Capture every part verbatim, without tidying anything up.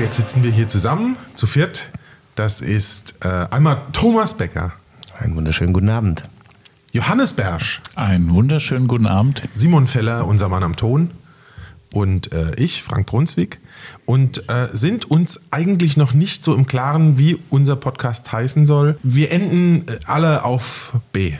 jetzt sitzen wir hier zusammen, zu viert. Das ist äh, einmal Thomas Becker. Einen wunderschönen guten Abend. Johannes Bersch. Einen wunderschönen guten Abend. Simon Feller, unser Mann am Ton. Und äh, ich, Frank Brunswick. Und äh, sind uns eigentlich noch nicht so im Klaren, wie unser Podcast heißen soll. Wir enden äh, alle auf B.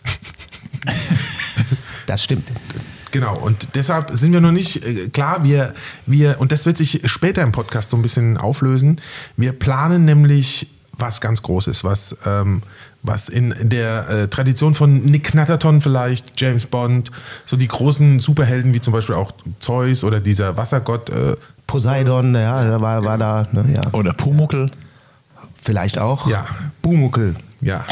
Das stimmt. Genau, und deshalb sind wir noch nicht äh, klar, wir, wir, und das wird sich später im Podcast so ein bisschen auflösen, wir planen nämlich was ganz Großes, was, ähm, was in der äh, Tradition von Nick Knatterton vielleicht, James Bond, so die großen Superhelden wie zum Beispiel auch Zeus oder dieser Wassergott. Äh, Poseidon, ja, da war, war da, ne, ja. Oder Pumuckl. Vielleicht auch. Ja. Bumuckel. Ja.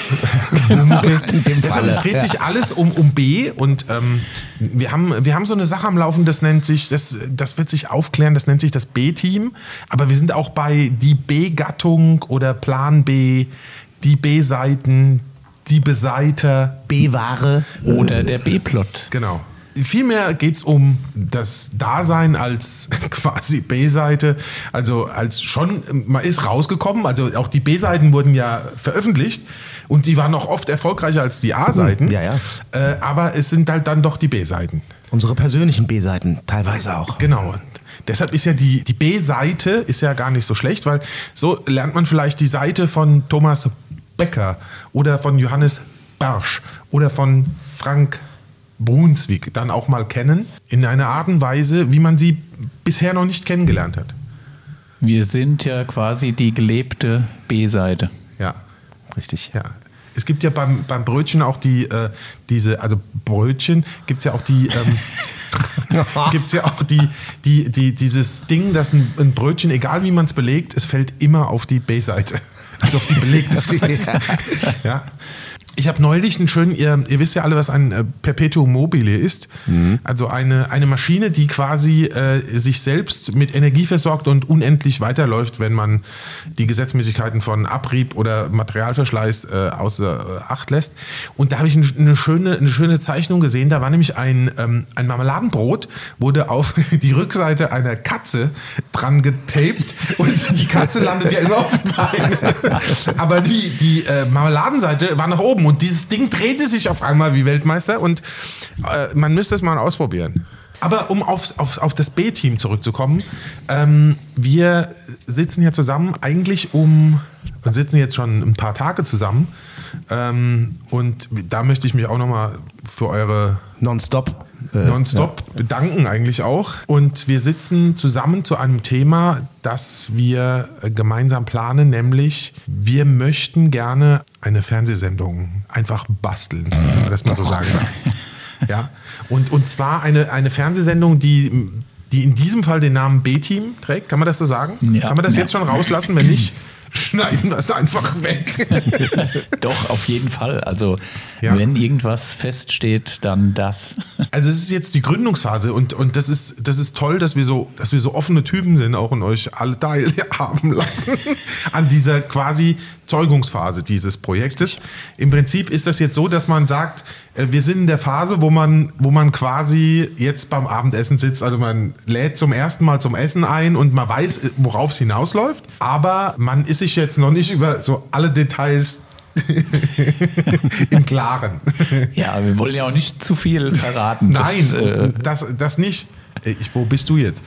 In dem Deshalb, es dreht sich alles um, um B und ähm, wir, haben, wir haben so eine Sache am Laufen, das nennt sich, das, das wird sich aufklären, das nennt sich das B-Team, aber wir sind auch bei die B-Gattung oder Plan B, die B-Seiten, die Beseiter. B-Ware. Oder der B-Plot. Genau. Vielmehr geht es um das Dasein als quasi B-Seite, also als schon, man ist rausgekommen, also auch die B-Seiten wurden ja veröffentlicht und die waren auch oft erfolgreicher als die A-Seiten, Ja, ja. Äh, aber es sind halt dann doch die B-Seiten. Unsere persönlichen B-Seiten, teilweise auch. Genau. Deshalb ist ja die, die B-Seite ist ja gar nicht so schlecht, weil so lernt man vielleicht die Seite von Thomas Becker oder von Johannes Bersch oder von Frank Brunswick dann auch mal kennen, in einer Art und Weise, wie man sie bisher noch nicht kennengelernt hat. Wir sind ja quasi die gelebte B-Seite. Ja, Richtig. ja. Es gibt ja beim, beim Brötchen auch die, äh, diese, also Brötchen, gibt es ja auch die, ähm, gibt's ja auch die, die, die, dieses Ding, dass ein, ein Brötchen, egal wie man es belegt, es fällt immer auf die B-Seite. Also auf die belegte Seite. Ja. Ich habe neulich einen schönen, ihr, ihr wisst ja alle, was ein äh, Perpetuum mobile ist. Mhm. Also eine, eine Maschine, die quasi äh, sich selbst mit Energie versorgt und unendlich weiterläuft, wenn man die Gesetzmäßigkeiten von Abrieb oder Materialverschleiß äh, außer äh, Acht lässt. Und da habe ich ein, eine, schöne, eine schöne Zeichnung gesehen. Da war nämlich ein, ähm, ein Marmeladenbrot, wurde auf die Rückseite einer Katze dran getaped und die Katze landet ja immer auf dem Bein. Aber die, die äh, Marmeladenseite war nach oben. Und dieses Ding drehte sich auf einmal wie Weltmeister und äh, man müsste es mal ausprobieren. Aber um auf, auf, auf das B-Team zurückzukommen, ähm, wir sitzen hier zusammen eigentlich um, und sitzen jetzt schon ein paar Tage zusammen ähm, und da möchte ich mich auch nochmal für eure Nonstop. Äh, Nonstop ja. bedanken eigentlich auch. Und wir sitzen zusammen zu einem Thema, das wir gemeinsam planen, nämlich wir möchten gerne eine Fernsehsendung einfach basteln, wenn man das mal so sagen darf. Ja? Und, und zwar eine, eine Fernsehsendung, die, die in diesem Fall den Namen B-Team trägt. Kann man das so sagen? Ja. Kann man das ja. jetzt schon rauslassen? Wenn nicht, schneiden das einfach weg. Doch, auf jeden Fall. Also Ja. wenn irgendwas feststeht, dann das. Also es ist jetzt die Gründungsphase und, und das ist, das ist toll, dass wir so, dass wir so offene Typen sind, auch und euch alle teilhaben lassen an dieser quasi Zeugungsphase dieses Projektes. Im Prinzip ist das jetzt so, dass man sagt, wir sind in der Phase, wo man, wo man quasi jetzt beim Abendessen sitzt. Also man lädt zum ersten Mal zum Essen ein und man weiß, worauf es hinausläuft. Aber man ist sich jetzt noch nicht über so alle Details im Klaren. Ja, wir wollen ja auch nicht zu viel verraten. Nein, das, äh, das, das nicht. Ich, wo bist du jetzt?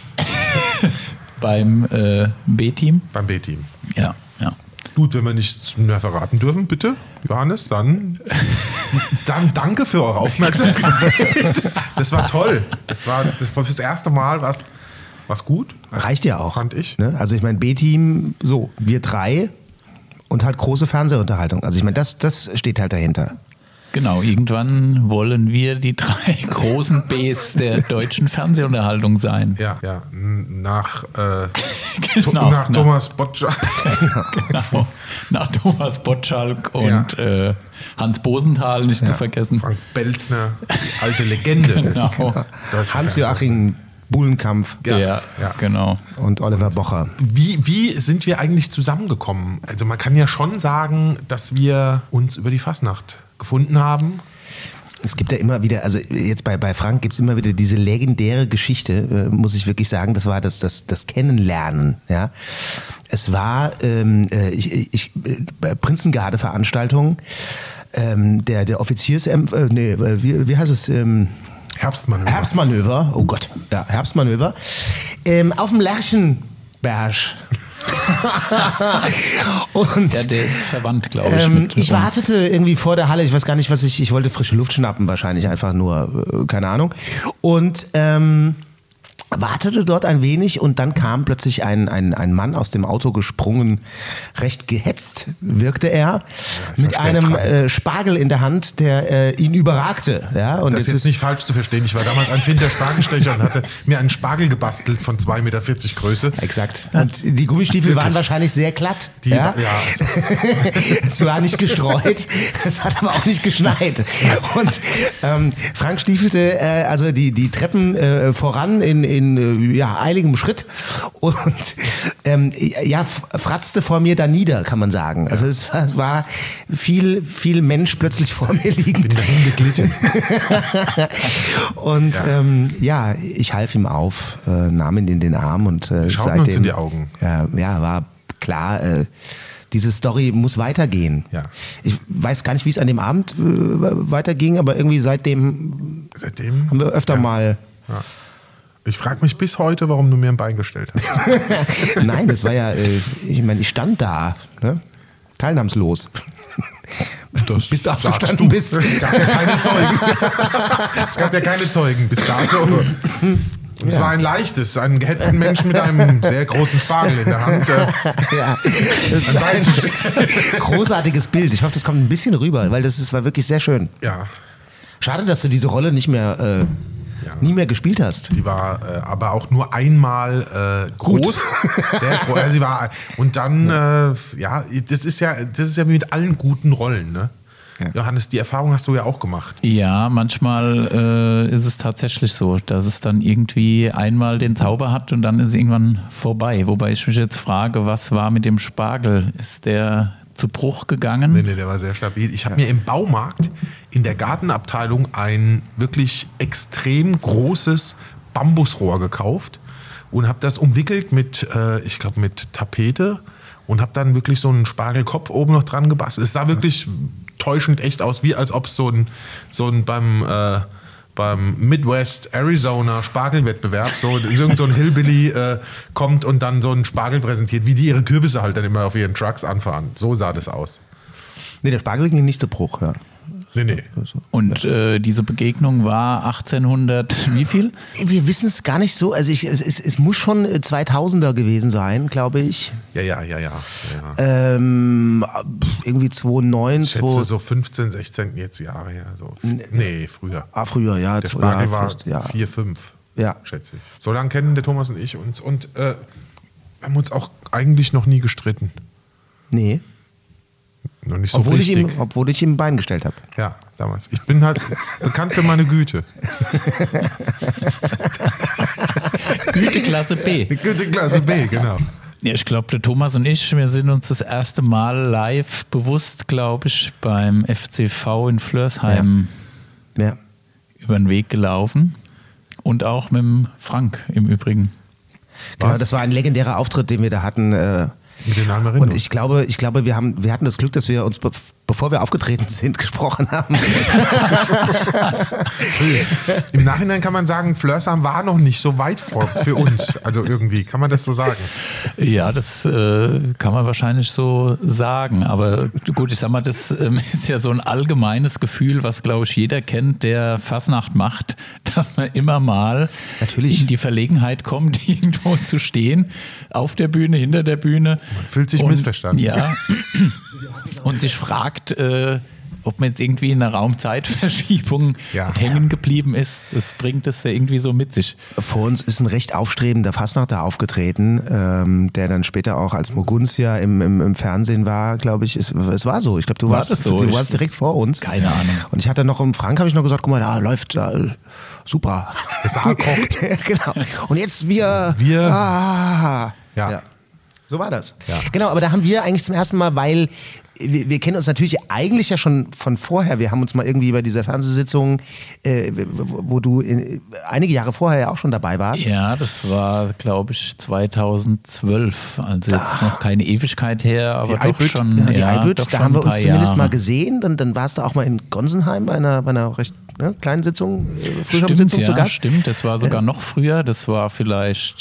beim äh, B-Team. Beim B-Team. Ja, ja. Gut, wenn wir nichts mehr verraten dürfen, bitte, Johannes, dann, dann danke für eure Aufmerksamkeit. Das war toll. Das war, das war fürs erste Mal was, was gut. Reicht ja auch. Fand ich. Ne? Also ich meine, B-Team, so, wir drei und halt große Fernsehunterhaltung. Also ich meine, das, das steht halt dahinter. Genau, irgendwann wollen wir die drei großen Bs der deutschen Fernsehunterhaltung sein. Ja, ja. Nach, äh, Genau, nach na- Thomas Botschalk. Genau. Nach Thomas Botschalk und Ja. äh, Hans Bosenthal nicht zu vergessen. Frank Belzner, die alte Legende. des Genau. deutschen Hans-Joachim Buhlenkampf Ja, Ja, ja. genau. und Oliver Bocher. Wie, wie sind wir eigentlich zusammengekommen? Also man kann ja schon sagen, dass wir uns über die Fasnacht gefunden haben. Es gibt ja immer wieder, also jetzt bei, bei Frank gibt es immer wieder diese legendäre Geschichte, äh, muss ich wirklich sagen, das war das, das, das Kennenlernen. Ja? Es war ähm, äh, ich, ich, äh, Prinzengarde-Veranstaltung, ähm, der, der Offiziers, äh, nee, wie, wie heißt es? Ähm, Herbstmanöver. Herbstmanöver, oh Gott, ja, Herbstmanöver. Ähm, auf dem Lerchenberg. Und, ja, der ist verwandt, glaube ich. Ähm, mit ich uns. wartete irgendwie vor der Halle, ich weiß gar nicht, was ich, ich wollte frische Luft schnappen wahrscheinlich, einfach nur, äh, keine Ahnung. Und ähm, wartete dort ein wenig und dann kam plötzlich ein, ein, ein Mann aus dem Auto gesprungen, recht gehetzt wirkte er, ja, mit einem äh, Spargel in der Hand, der äh, ihn überragte. Ja? Und das ist jetzt nicht falsch zu verstehen. Ich war damals ein Find der Spargelstecher und hatte mir einen Spargel gebastelt von zwei Meter vierzig Größe. Exakt. Und die Gummistiefel Wirklich? waren wahrscheinlich sehr glatt. Die, ja, ja also. Es war nicht gestreut, es hat aber auch nicht geschneit. Und ähm, Frank stiefelte äh, also die, die Treppen äh, voran in, in ja, eiligem Schritt und ähm, ja, fratzte vor mir da nieder, kann man sagen. Also es war, es war viel, viel Mensch plötzlich vor mir liegend. Bin dahin geglitten. Und ja. Ähm, ja, ich half ihm auf, äh, nahm ihn in den Arm und äh, Wir schauten seitdem, uns in die Augen. Äh, ja, war klar, äh, diese Story muss weitergehen. Ja. Ich weiß gar nicht, wie es an dem Abend äh, weiterging, aber irgendwie seitdem, Seitdem haben wir öfter ja. mal... Ja. Ich frage mich bis heute, warum du mir ein Bein gestellt hast. Nein, das war ja, äh, ich meine, ich stand da, ne? Teilnahmslos. Das bis du sagst aufgestanden du. bist. Es gab ja keine Zeugen. Es gab ja keine Zeugen bis dato. Und es Ja. war ein leichtes, einen gehetzten Menschen mit einem sehr großen Spargel in der Hand. Äh, Ja, das war ein großartiges Bild. Ich hoffe, das kommt ein bisschen rüber, weil das ist, war wirklich sehr schön. ja, Schade, dass du diese Rolle nicht mehr, äh, Ja. nie mehr gespielt hast. die war äh, aber auch nur einmal äh, groß, sehr groß. Also sie war und dann äh, ja, das ist ja, das ist ja wie mit allen guten Rollen, ne? Ja. Johannes, die Erfahrung hast du ja auch gemacht. Ja, manchmal äh, ist es tatsächlich so, dass es dann irgendwie einmal den Zauber hat und dann ist es irgendwann vorbei. Wobei ich mich jetzt frage, was war mit dem Spargel? Ist der zu Bruch gegangen? Nee, nee, der war sehr stabil. Ich habe mir im Baumarkt in der Gartenabteilung ein wirklich extrem großes Bambusrohr gekauft und habe das umwickelt mit, äh, ich glaube, mit Tapete und habe dann wirklich so einen Spargelkopf oben noch dran gebastelt. Es sah wirklich täuschend echt aus, wie als ob es so ein, so ein beim, äh, beim Midwest Arizona Spargelwettbewerb so irgend so ein Hillbilly äh, kommt und dann so einen Spargel präsentiert, wie die ihre Kürbisse halt dann immer auf ihren Trucks anfahren. So sah das aus. Nee, der Spargel ging nicht zu Bruch, ja. Nee, nee. Und äh, diese Begegnung war achtzehnhundert, wie viel? Wir wissen es gar nicht so. Also ich, es, es, es muss schon zweitausender gewesen sein, glaube ich. Ja, ja, ja, ja. ja. Ähm, irgendwie zweitausendneun, Ich schätze zwei, so fünfzehn, sechzehn jetzt Jahre her. So. Nee, früher. ah, früher, ja. Der zwei- Spargel ja, war vielleicht, ja. vier, fünf, Ja. schätze ich. So lange kennen der Thomas und ich uns. Und äh, wir haben uns auch eigentlich noch nie gestritten. Nee, Noch nicht so obwohl ich, richtig. ihm, obwohl ich ihm ein Bein gestellt habe. Ja, damals. Ich bin halt bekannt für meine Güte. Güteklasse B. Güte Klasse B, genau. Ja, ich glaube, der Thomas und ich, wir sind uns das erste Mal live bewusst, glaube ich, beim F C V in Flörsheim Ja. über den Weg gelaufen. Und auch mit dem Frank im Übrigen. Genau, Was? das war ein legendärer Auftritt, den wir da hatten. Äh, Mit den Almerinos. und ich glaube, ich glaube, wir haben, wir hatten das Glück, dass wir uns, be bevor wir aufgetreten sind, gesprochen haben. Im Nachhinein kann man sagen, Flörsheim war noch nicht so weit vor für uns. Also irgendwie, kann man das so sagen? Ja, das äh, kann man wahrscheinlich so sagen. Aber gut, ich sag mal, das ähm, ist ja so ein allgemeines Gefühl, was, glaube ich, jeder kennt, der Fasnacht macht, dass man immer mal Natürlich. in die Verlegenheit kommt, irgendwo zu stehen, auf der Bühne, hinter der Bühne. Man fühlt sich Und, missverstanden. Ja. Und sich fragt, äh, ob man jetzt irgendwie in einer Raumzeitverschiebung Ja. hängen geblieben ist. Das bringt es ja irgendwie so mit sich. Vor uns ist ein recht aufstrebender Fastnachter aufgetreten, ähm, der dann später auch als Moguntia im, im, im Fernsehen war, glaube ich. Es, es war so. Ich glaube, du War warst, das so? du Ich- warst direkt vor uns. Keine Ahnung. Und ich hatte noch im Frank, habe ich noch gesagt, guck mal, da läuft da, super. Der Saal kocht. Genau. Und jetzt wir. Wir- Ah, Ja. So war das. Ja. Genau, aber da haben wir eigentlich zum ersten Mal, weil wir, wir kennen uns natürlich eigentlich ja schon von vorher. Wir haben uns mal irgendwie bei dieser Fernsehsitzung, äh, wo, wo du in, einige Jahre vorher ja auch schon dabei warst. Ja, das war, glaube ich, zweitausendzwölf. Also jetzt noch keine Ewigkeit her, aber Die doch Eibüt, schon. Ja, die ja, Eibüt, doch da schon haben wir ein paar uns zumindest Jahre. mal gesehen. Dann, dann warst du auch mal in Gonsenheim bei einer, bei einer recht ne, kleinen Sitzung, äh, Stimmt, Frühschabensitzung ja, zu Gast. stimmt. Das war sogar noch früher. Das war vielleicht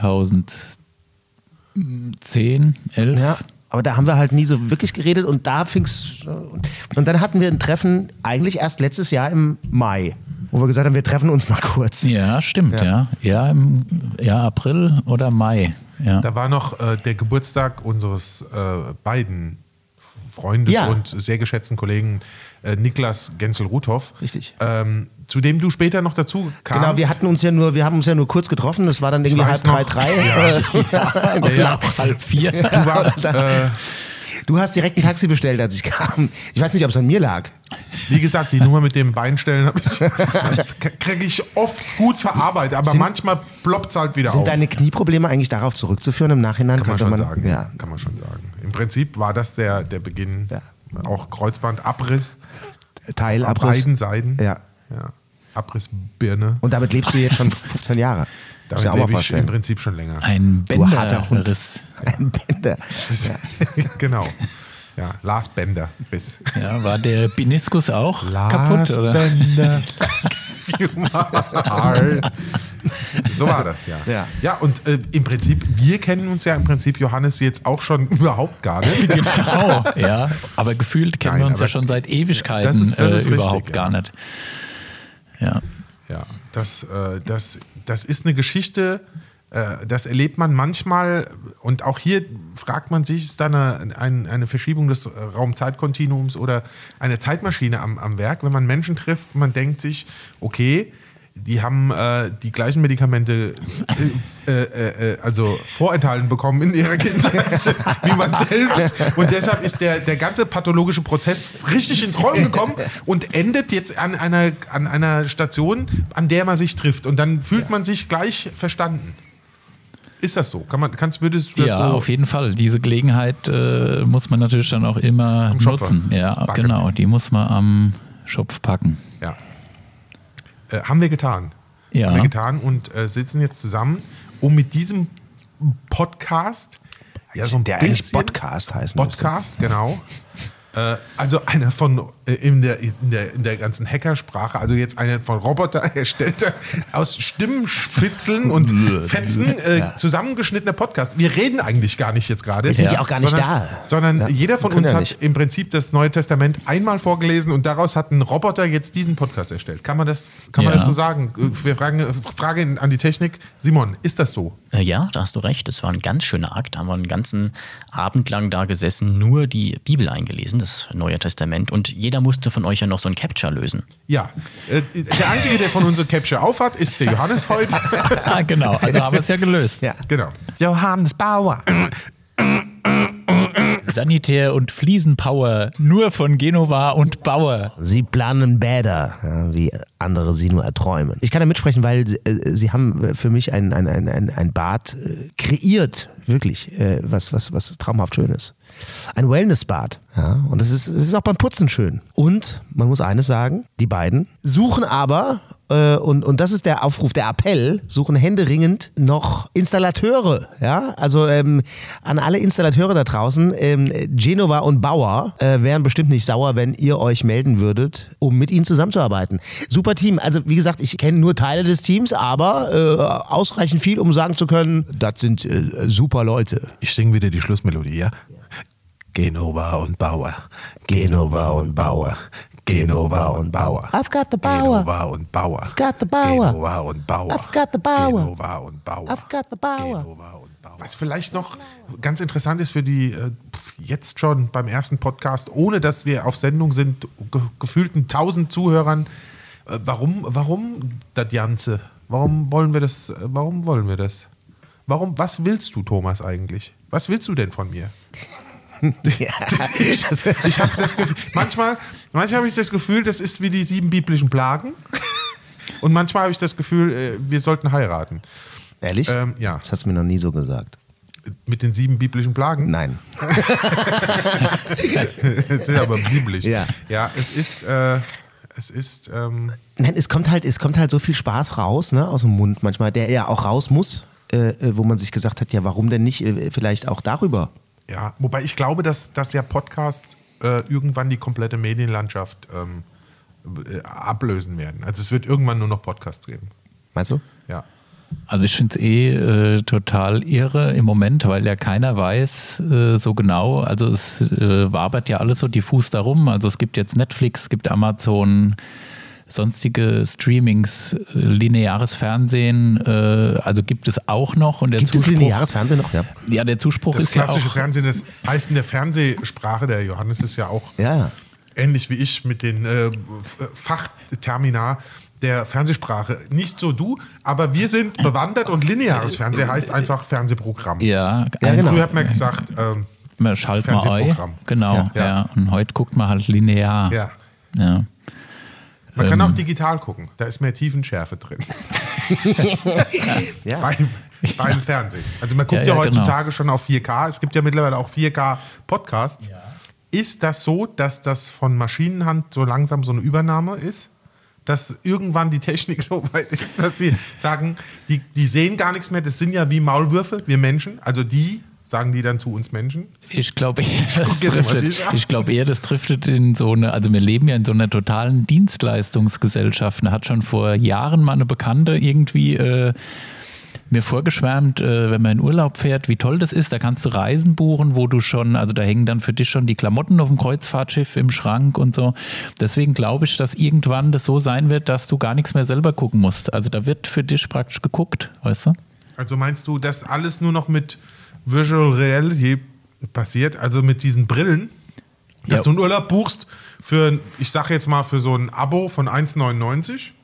zweitausendzehn, elf. Ja, aber da haben wir halt nie so wirklich geredet und da fing's. Und dann hatten wir ein Treffen eigentlich erst letztes Jahr im Mai, wo wir gesagt haben, wir treffen uns mal kurz. Ja, stimmt, Ja. ja. Ja, im ja, April oder Mai. Ja. Da war noch äh, der Geburtstag unseres äh, beiden Freundes Ja. und sehr geschätzten Kollegen äh, Niklas Genzel-Ruthoff. Richtig. Ähm, zu dem du später noch dazu kamst. Genau, wir hatten uns ja nur, wir haben uns ja nur kurz getroffen, das war dann irgendwie halb weiß drei, noch. drei. Ja, ja. halb vier. Du warst, äh, Du hast direkt ein Taxi bestellt, als ich kam. Ich weiß nicht, ob es an mir lag. wie gesagt, die Nummer mit dem Beinstellen hab ich, kriege ich oft gut verarbeitet, aber Sind- manchmal ploppt es halt wieder Sind auf. deine Knieprobleme eigentlich darauf zurückzuführen im Nachhinein? Kann man Könnte schon sagen. Ja. Kann man schon sagen. Im Prinzip war das der, der Beginn, Ja. auch Kreuzbandabriss, Teil, auf Abriss. beiden Seiten. Ja. Ja. Abrissbirne. Und damit lebst du jetzt schon fünfzem Jahre. Muss Damit ja auch mal lebe ich im vorstellen. Prinzip schon länger. Ein Du harter Hund. Bänderriss. Ein Bänder. Genau. Ja, Lars Bender. Bis. Ja, war der Meniskus auch kaputt? Oder? Bender. So war das, ja. Ja. Ja, und äh, im Prinzip, wir kennen uns ja im Prinzip, Johannes, jetzt auch schon überhaupt gar nicht. Genau, ja. Aber gefühlt kennen Nein, wir uns ja aber schon seit Ewigkeiten das ist- das ist äh, richtig, überhaupt ja. gar nicht. Ja. Ja, das, äh, das, das ist eine Geschichte, äh, das erlebt man manchmal und auch hier fragt man sich, ist da eine, ein, eine Verschiebung des Raum-Zeit-Kontinuums oder eine Zeitmaschine am, am Werk, wenn man Menschen trifft, man denkt sich, okay, die haben äh, die gleichen Medikamente äh, äh, äh, also vorenthalten bekommen in ihrer Kindheit wie man selbst. Und deshalb ist der, der ganze pathologische Prozess richtig ins Rollen gekommen und endet jetzt an einer, an einer Station, an der man sich trifft. Und dann fühlt man sich gleich verstanden. Ist das so? Kann man, kannst, würdest du das Ja, so? auf jeden Fall. Diese Gelegenheit äh, muss man natürlich dann auch immer Am Schopfer. nutzen. Ja, Backen. genau. Die muss man am Schopf packen. Ja. Äh, haben wir getan. Ja. Haben wir getan und äh, sitzen jetzt zusammen, um mit diesem Podcast, ja, so ein Der eigentlich bisschen Podcast heißen müsste. Podcast, genau. Äh, also einer von äh, in, der, in, der, in der ganzen Hackersprache, also jetzt eine von Roboter erstellter, aus Stimmspitzeln und Fetzen äh, zusammengeschnittener Podcast. Wir reden eigentlich gar nicht jetzt gerade. Wir sind Ja. ja auch gar nicht sondern, da. Sondern Ja, jeder wir von können uns ja hat nicht. im Prinzip das Neue Testament einmal vorgelesen und daraus hat ein Roboter jetzt diesen Podcast erstellt. Kann man das, kann man Ja. das so sagen? Wir fragen Frage an die Technik. Simon, ist das so? Äh, Ja, da hast du recht. Es war ein ganz schöner Akt. Da haben wir einen ganzen Abend lang da gesessen, nur die Bibel eingelesen, das Neue Testament. Und jeder musste von euch ja noch so ein Capture lösen. Ja. Äh, Der Einzige, der von uns so Capture aufhat, ist der Johannes heute. Ah, genau. Also haben wir es ja gelöst. Ja. Genau. Johannes Bauer. Sanitär- und Fliesenpower. Nur von Genova und Bauer. Sie planen Bäder, ja, wie andere sie nur erträumen. Ich kann da mitsprechen, weil äh, sie haben für mich ein, ein, ein, ein, ein Bad äh, kreiert, wirklich, äh, was, was, was traumhaft schön ist. Ein Wellnessbad, ja, und es ist, es ist auch beim Putzen schön. Und man muss eines sagen, die beiden suchen aber, äh, und, und das ist der Aufruf, der Appell, suchen händeringend noch Installateure, ja, also ähm, an alle Installateure da draußen, ähm, Genova und Bauer äh, wären bestimmt nicht sauer, wenn ihr euch melden würdet, um mit ihnen zusammenzuarbeiten. Super Team, also wie gesagt, ich kenne nur Teile des Teams, aber äh, ausreichend viel, um sagen zu können, das sind äh, super Leute. Ich singe wieder die Schlussmelodie, ja? Genova und Bauer. Genova und Bauer. Genova und Bauer. I've got the Bauer. Genova und Bauer. I've got the Bauer. Genova und Bauer. I've got the Bauer. Genova und Bauer. I've got the Bauer. Genova und Bauer. Was vielleicht noch ganz interessant ist für die äh, jetzt schon beim ersten Podcast, ohne dass wir auf Sendung sind, ge gefühlten tausend Zuhörern, äh, warum, warum das Ganze? Warum wollen wir das? Äh, warum wollen wir das? Warum, was willst du, Thomas, eigentlich? Was willst du denn von mir? Ja. Ich habe das Gefühl, manchmal, manchmal habe ich das Gefühl, das ist wie die sieben biblischen Plagen. Und manchmal habe ich das Gefühl, äh, wir sollten heiraten. Ehrlich? Ähm, ja. Das hast du mir noch nie so gesagt. Mit den sieben biblischen Plagen? Nein. Das ist aber biblisch. Ja. Ja, es ist, äh, es ist, ähm Nein, es kommt halt, es kommt halt so viel Spaß raus, ne, aus dem Mund manchmal, der ja auch raus muss, äh, wo man sich gesagt hat, ja, warum denn nicht äh, vielleicht auch darüber? Ja, wobei ich glaube, dass, dass ja Podcasts äh, irgendwann die komplette Medienlandschaft ähm, äh, ablösen werden. Also es wird irgendwann nur noch Podcasts geben. Meinst du? Ja. Also ich finde es eh äh, total irre im Moment, weil ja keiner weiß äh, so genau, also es äh, wabert ja alles so diffus darum, also es gibt jetzt Netflix, es gibt Amazon, sonstige Streamings, äh, lineares Fernsehen, äh, also gibt es auch noch. Und der Gibt Zuspruch, es lineares Fernsehen noch? Ja. Ja, der Zuspruch Das ist ja klassische auch... Fernsehen, das heißt in der Fernsehsprache, der Johannes ist ja auch Ja. ähnlich wie ich mit den äh, Fachtermina der Fernsehsprache. Nicht so du, aber wir sind bewandert und lineares Fernsehen heißt einfach Fernsehprogramm. Ja, Ja, genau. Früher hat man gesagt, ähm, man schalt mal ein, Fernsehprogramm. genau, ja. Ja. Ja. Und heute guckt man halt linear. ja. Ja. Man kann auch digital gucken, da ist mehr Tiefenschärfe drin. Ja. beim, beim Fernsehen. Also man guckt Ja, ja, ja, heutzutage schon auf vier K, es gibt ja mittlerweile auch vier K-Podcasts. Ist das so, dass das von Maschinenhand so langsam so eine Übernahme ist? Dass irgendwann die Technik so weit ist, dass die sagen, die, die sehen gar nichts mehr, das sind ja wie Maulwürfe, wir Menschen, also die, sagen die dann zu uns Menschen? Ich glaube eher, das guck jetzt mal dich driftet, an. ich glaube eher, das driftet in so eine, also wir leben ja in so einer totalen Dienstleistungsgesellschaft. Da hat schon vor Jahren mal eine Bekannte irgendwie äh, mir vorgeschwärmt, äh, wenn man in Urlaub fährt, wie toll das ist. Da kannst du Reisen buchen, wo du schon, also da hängen dann für dich schon die Klamotten auf dem Kreuzfahrtschiff im Schrank und so. Deswegen glaube ich, dass irgendwann das so sein wird, dass du gar nichts mehr selber gucken musst. Also da wird für dich praktisch geguckt, weißt du? Also meinst du, dass alles nur noch mit Virtual Reality passiert, also mit diesen Brillen, dass Ja. du einen Urlaub buchst für, ich sag jetzt mal, für so ein Abo von eins neunundneunzig?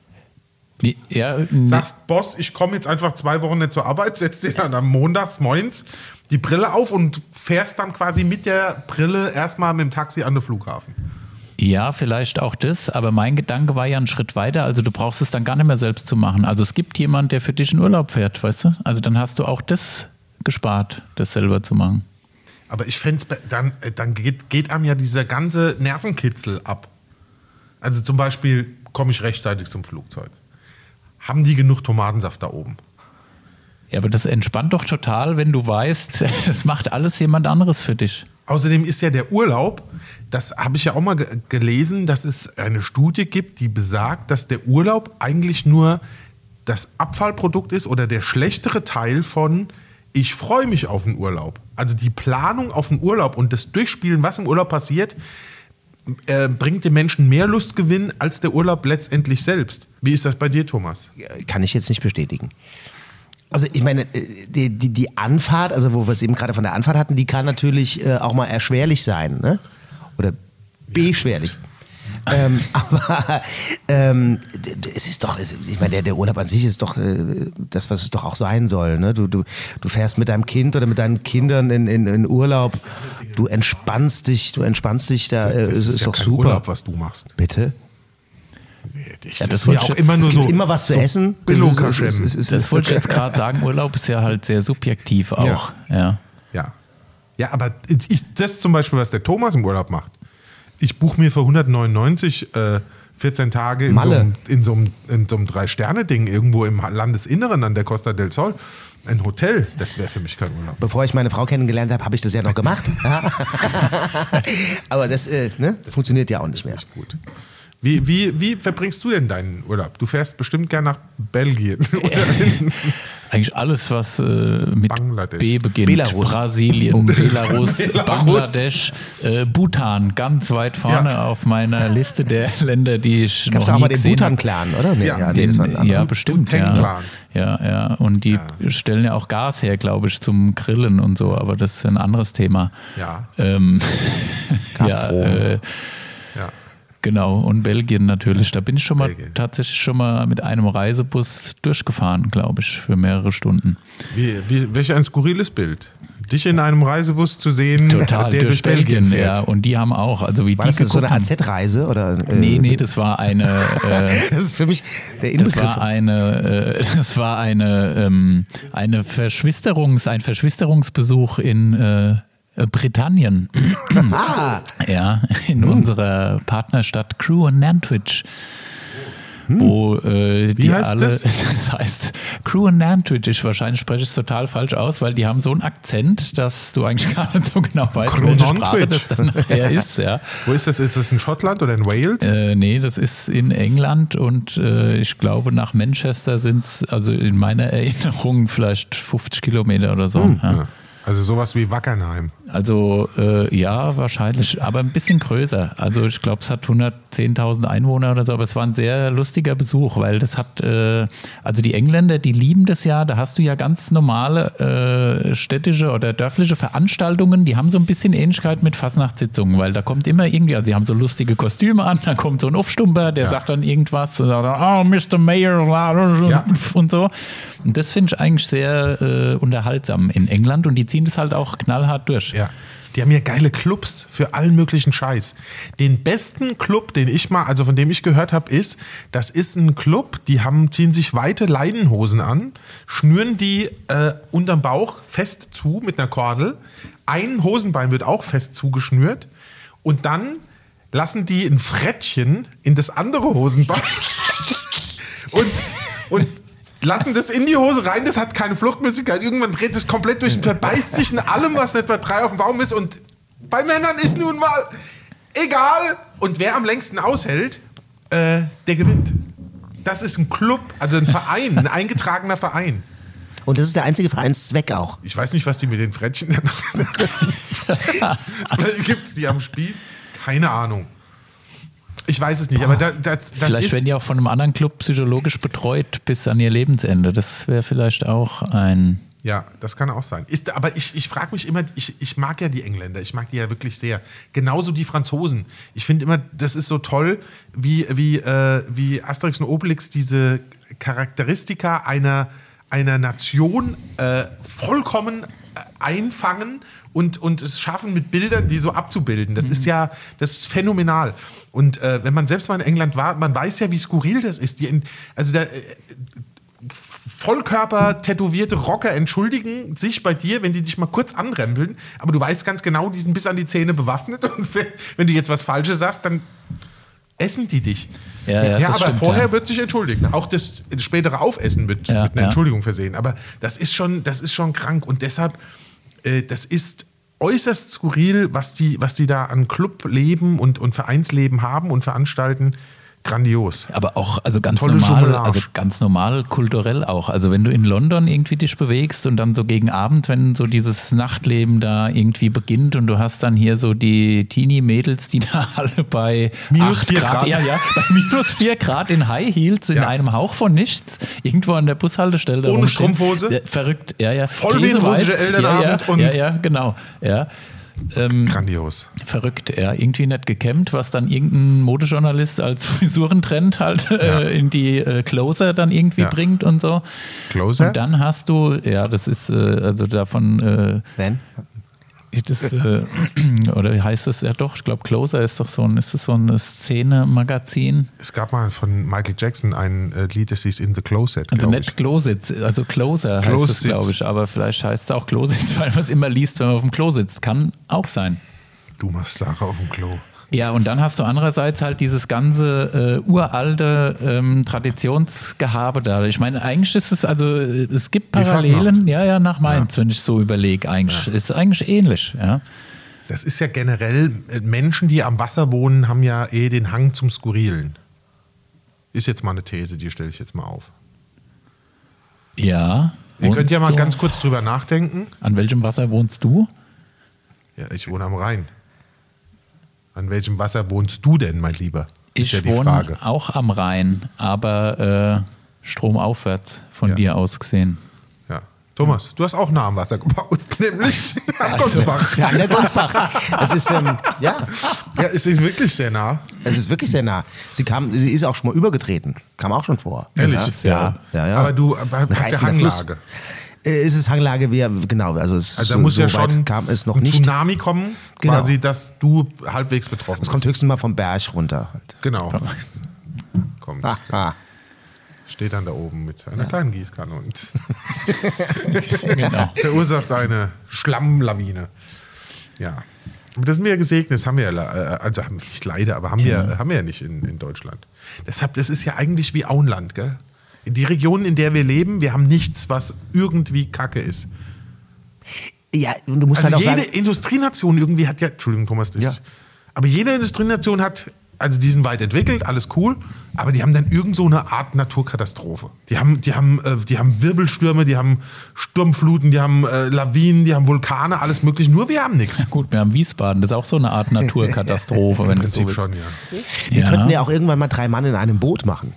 Ja, Sagst, Boss, ich komme jetzt einfach zwei Wochen nicht zur Arbeit, setzt dir dann am Montags moins die Brille auf und fährst dann quasi mit der Brille erstmal mit dem Taxi an den Flughafen. Ja, vielleicht auch das, aber mein Gedanke war ja einen Schritt weiter, also du brauchst es dann gar nicht mehr selbst zu machen. Also es gibt jemanden, der für dich in Urlaub fährt, weißt du? Also dann hast du auch das gespart, das selber zu machen. Aber ich fände es, dann, dann geht, geht einem ja dieser ganze Nervenkitzel ab. Also zum Beispiel komme ich rechtzeitig zum Flugzeug. Haben die genug Tomatensaft da oben? Ja, aber das entspannt doch total, wenn du weißt, das macht alles jemand anderes für dich. Außerdem ist ja der Urlaub, das habe ich ja auch mal ge- gelesen, dass es eine Studie gibt, die besagt, dass der Urlaub eigentlich nur das Abfallprodukt ist oder der schlechtere Teil von ich freue mich auf den Urlaub. Also die Planung auf den Urlaub und das Durchspielen, was im Urlaub passiert, äh, bringt den Menschen mehr Lustgewinn als der Urlaub letztendlich selbst. Wie ist das bei dir, Thomas? Kann ich jetzt nicht bestätigen. Also ich meine, die, die, die Anfahrt, also wo wir es eben gerade von der Anfahrt hatten, die kann natürlich äh, auch mal erschwerlich sein, ne? Oder beschwerlich. ähm, aber ähm, d- d- es ist doch, ich meine, der, der Urlaub an sich ist doch äh, das, was es doch auch sein soll. Ne? Du, du, du fährst mit deinem Kind oder mit deinen Kindern in, in, in Urlaub, du entspannst dich, du entspannst dich, da äh, Das ist, ist ist ja doch kein super. Urlaub, was du machst. Bitte? Ich, Ja, das ist mir wollte ich auch jetzt- immer nur Es gibt so, immer was zu so essen. Billo-Kaschem. Es ist- es ist- Das wollte ich jetzt gerade sagen, Urlaub ist ja halt sehr subjektiv auch. Ja. Ja. Ja, aber ich, das zum Beispiel, was der Thomas im Urlaub macht. Ich buche mir für hundertneunundneunzig äh, vierzehn Tage in so Malle. einem, in so einem, in so einem Drei-Sterne-Ding irgendwo im Landesinneren an der Costa del Sol. Ein Hotel, das wäre für mich kein Urlaub. Bevor ich meine Frau kennengelernt habe, habe ich das ja noch gemacht. Ja. Aber das äh, ne, funktioniert ja auch nicht Das mehr. ist nicht gut. Wie, wie, wie verbringst du denn deinen Urlaub? Du fährst bestimmt gern nach Belgien oder in Eigentlich alles, was äh, mit Bangladesch. B beginnt. Belarus. Brasilien, Belarus, Belarus. Bangladesch, äh, Bhutan, ganz weit vorne Ja. auf meiner Liste der Länder, die ich Gab es noch auch nie mal den gesehen habe. Bhutan-Clan, oder? Nee, Ja, nee, das war ein Den, anderer. ja, bestimmt. Ja. Bhutan-Clan. ja, ja. Und die stellen ja auch Gas her, glaube ich, zum Grillen und so, aber das ist ein anderes Thema. Ja. Ähm, ja, Gastro. äh, Ja. genau. Und Belgien natürlich. Da bin ich schon mal Belgien. tatsächlich schon mal mit einem Reisebus durchgefahren, glaube ich, für mehrere Stunden. Wie, wie, welch ein skurriles Bild. dich in einem Reisebus zu sehen, Total, der durch, durch Belgien fährt. Ja, und die haben auch, also wie War die das jetzt so eine gucken- A Z-Reise? Oder, äh, Nee, nee, das war eine, äh, Das ist für mich der das Inbegriff. war eine, äh, das war eine, ähm, eine Verschwisterungs, ein Verschwisterungsbesuch in äh, Britannien. Ah, Ja, in unserer Partnerstadt Crewe und Nantwich. Wo äh, die heißt alle, das? das heißt Crewe und Nantwich. Ich wahrscheinlich spreche ich es total falsch aus, weil die haben so einen Akzent, dass du eigentlich gar nicht so genau weißt, Crewe welche und Sprache Nantwich. das dann nachher ist. Ja. Wo ist das? Ist das in Schottland oder in Wales? Äh, nee, das ist in England und äh, ich glaube nach Manchester sind es, also in meiner Erinnerung, vielleicht fünfzig Kilometer oder so. Ja. Ja. Also sowas wie Wackernheim. Also äh, ja, wahrscheinlich, aber ein bisschen größer. Also ich glaube, es hat hundertzehntausend Einwohner oder so, aber es war ein sehr lustiger Besuch, weil das hat, äh, also die Engländer, die lieben das ja, da hast du ja ganz normale äh, städtische oder dörfliche Veranstaltungen, die haben so ein bisschen Ähnlichkeit mit Fastnachtssitzungen, weil da kommt immer irgendwie, also sie haben so lustige Kostüme an, da kommt so ein Aufstumper, der Ja. sagt dann irgendwas, und sagt dann, oh, Mister Mayor, Ja. und so. Und das finde ich eigentlich sehr äh, unterhaltsam in England und die ziehen das halt auch knallhart durch. Ja. Die haben ja geile Clubs für allen möglichen Scheiß. Den besten Club, den ich mal, also von dem ich gehört habe, ist, das ist ein Club, die haben, ziehen sich weite Leinenhosen an, schnüren die äh, unterm Bauch fest zu mit einer Kordel. Ein Hosenbein wird auch fest zugeschnürt und dann lassen die ein Frettchen in das andere Hosenbein und, und lassen das in die Hose rein, das hat keine Fluchtmöglichkeit. Irgendwann dreht es komplett durch und verbeißt sich in allem, was nicht bei drei auf dem Baum ist. Und bei Männern ist nun mal egal. Und wer am längsten aushält, äh, der gewinnt. Das ist ein Club, also ein Verein, ein eingetragener Verein. und das ist der einzige Vereinszweck auch. Ich weiß nicht, was die mit den Frettchen Vielleicht gibt es die am Spieß. Keine Ahnung. Ich weiß es nicht, aber das, das, das Vielleicht ist... werden die auch von einem anderen Club psychologisch betreut bis an ihr Lebensende. Das wäre vielleicht auch ein... Ja, das kann auch sein. Ist, aber ich, ich frage mich immer, ich, ich mag ja die Engländer, ich mag die ja wirklich sehr. Genauso die Franzosen. Ich finde immer, das ist so toll, wie, wie, äh, wie Asterix und Obelix diese Charakteristika einer, einer Nation äh, vollkommen äh, einfangen und, und es schaffen, mit Bildern die so abzubilden. Das ist ja, das ist phänomenal. Und äh, wenn man selbst mal in England war, man weiß ja, wie skurril das ist. Die, also da... Äh, Vollkörper tätowierte Rocker entschuldigen sich bei dir, wenn die dich mal kurz anrempeln, aber du weißt ganz genau, die sind bis an die Zähne bewaffnet und wenn, wenn du jetzt was Falsches sagst, dann essen die dich. Ja, ja, das aber stimmt, vorher ja. wird sich entschuldigt. Auch das spätere Aufessen wird Ja, mit einer ja. Entschuldigung versehen. Aber das ist schon, das ist schon krank und deshalb, äh, das ist äußerst skurril, was die, was die da an Clubleben und, und Vereinsleben haben und veranstalten. Grandios. Aber auch, also ganz Tolle normal, Jumelage. also ganz normal kulturell auch. Also wenn du in London irgendwie dich bewegst und dann so gegen Abend, wenn so dieses Nachtleben da irgendwie beginnt und du hast dann hier so die Teenie-Mädels, die da alle bei Minus acht vier Grad. Ja, ja, bei minus vier Grad in High Heels in Ja. einem Hauch von nichts, irgendwo an der Bushaltestelle. Ohne rumstehen. Strumpfhose? Ja, verrückt, ja, ja. Voll wie ein Käseweiß. russischer Elternabend ja, und- ja, ja, ja, genau, ja. Ähm, Grandios. Verrückt, ja. Irgendwie nicht gekämmt, was dann irgendein Modejournalist als Frisurentrend halt äh, in die äh, Closer dann irgendwie Ja. bringt und so. Closer? Und dann hast du, ja, das ist äh, also davon, äh, Wenn? das, äh, oder heißt das ja doch, ich glaube Closer ist doch so ein, ist das so ein Szene-Magazin? Es gab mal von Michael Jackson ein äh, Lied, das hieß In the Closet. Also glaub nicht Klositz, also Closer heißt es, Klositz. glaube ich, aber vielleicht heißt es auch Klositz, weil man es immer liest, wenn man auf dem Klo sitzt. Kann auch sein. ich. Du machst Sache auf dem Klo. Ja, und dann hast du andererseits halt dieses ganze äh, uralte ähm, Traditionsgehabe da. Ich meine, eigentlich ist es, also äh, es gibt Die Parallelen, Fasnacht. ja, ja, nach Mainz, wenn ich so überlege, eigentlich. Ja. Ist eigentlich ähnlich, ja. Das ist ja generell, äh, Menschen, die am Wasser wohnen, haben ja eh den Hang zum Skurrilen. Ist jetzt mal eine These, die stelle ich jetzt mal auf. Ja. Ihr könnt ja Wohnst mal du- ganz kurz drüber nachdenken. An welchem Wasser wohnst du? Ja, ich wohne am Rhein. An welchem Wasser wohnst du denn, mein Lieber? Ist Ich ja die wohne Frage. auch am Rhein, aber äh, stromaufwärts von Ja. dir aus gesehen. Ja. Thomas, du hast auch nah am Wasser gebaut, nämlich am Also, Gonsbach. Ja, an der Gonsbach. Es ist, ähm, ja, Ja, es ist wirklich sehr nah. es ist wirklich sehr nah. Sie kam, sie ist auch schon mal übergetreten. Kam auch schon vor. Ehrlich? Ja, ist ja- ja, ja. Aber du aber Ein hast ja reißender Fluss. Hanglage. äh, ist es Hanglage, wie, genau, also, es Also da so, muss so ja schon kam es noch ein nicht. Tsunami kommen, Genau. quasi, dass du halbwegs betroffen Es kommt bist. höchstens mal vom Berg runter. Halt. Genau. Kommt. Ah, ah. Steht dann da oben mit einer kleinen Gießkanne und Genau. verursacht eine Schlammlawine. Ja. Aber das sind wir ja gesegnet, das haben wir ja, le- also haben nicht leider, aber haben, Ja. wir, haben wir ja nicht in, in Deutschland. Deshalb, das ist ja eigentlich wie Auenland, gell? In die Region, in der wir leben, wir haben nichts, was irgendwie Kacke ist. Ja, und du musst Also halt auch jede sagen, Industrienation irgendwie hat ja, Entschuldigung Thomas, das, Ja. aber jede Industrienation hat, also die sind weit entwickelt, alles cool, aber die haben dann irgend so eine Art Naturkatastrophe. Die haben, die haben, äh, die haben Wirbelstürme, die haben Sturmfluten, die haben äh, Lawinen, die haben Vulkane, alles mögliche, nur wir haben nichts. Gut, wir haben Wiesbaden, das ist auch so eine Art Naturkatastrophe, wenn Im du so Prinzip willst. schon, ja. wir Ja. könnten ja auch irgendwann mal drei Mann in einem Boot machen.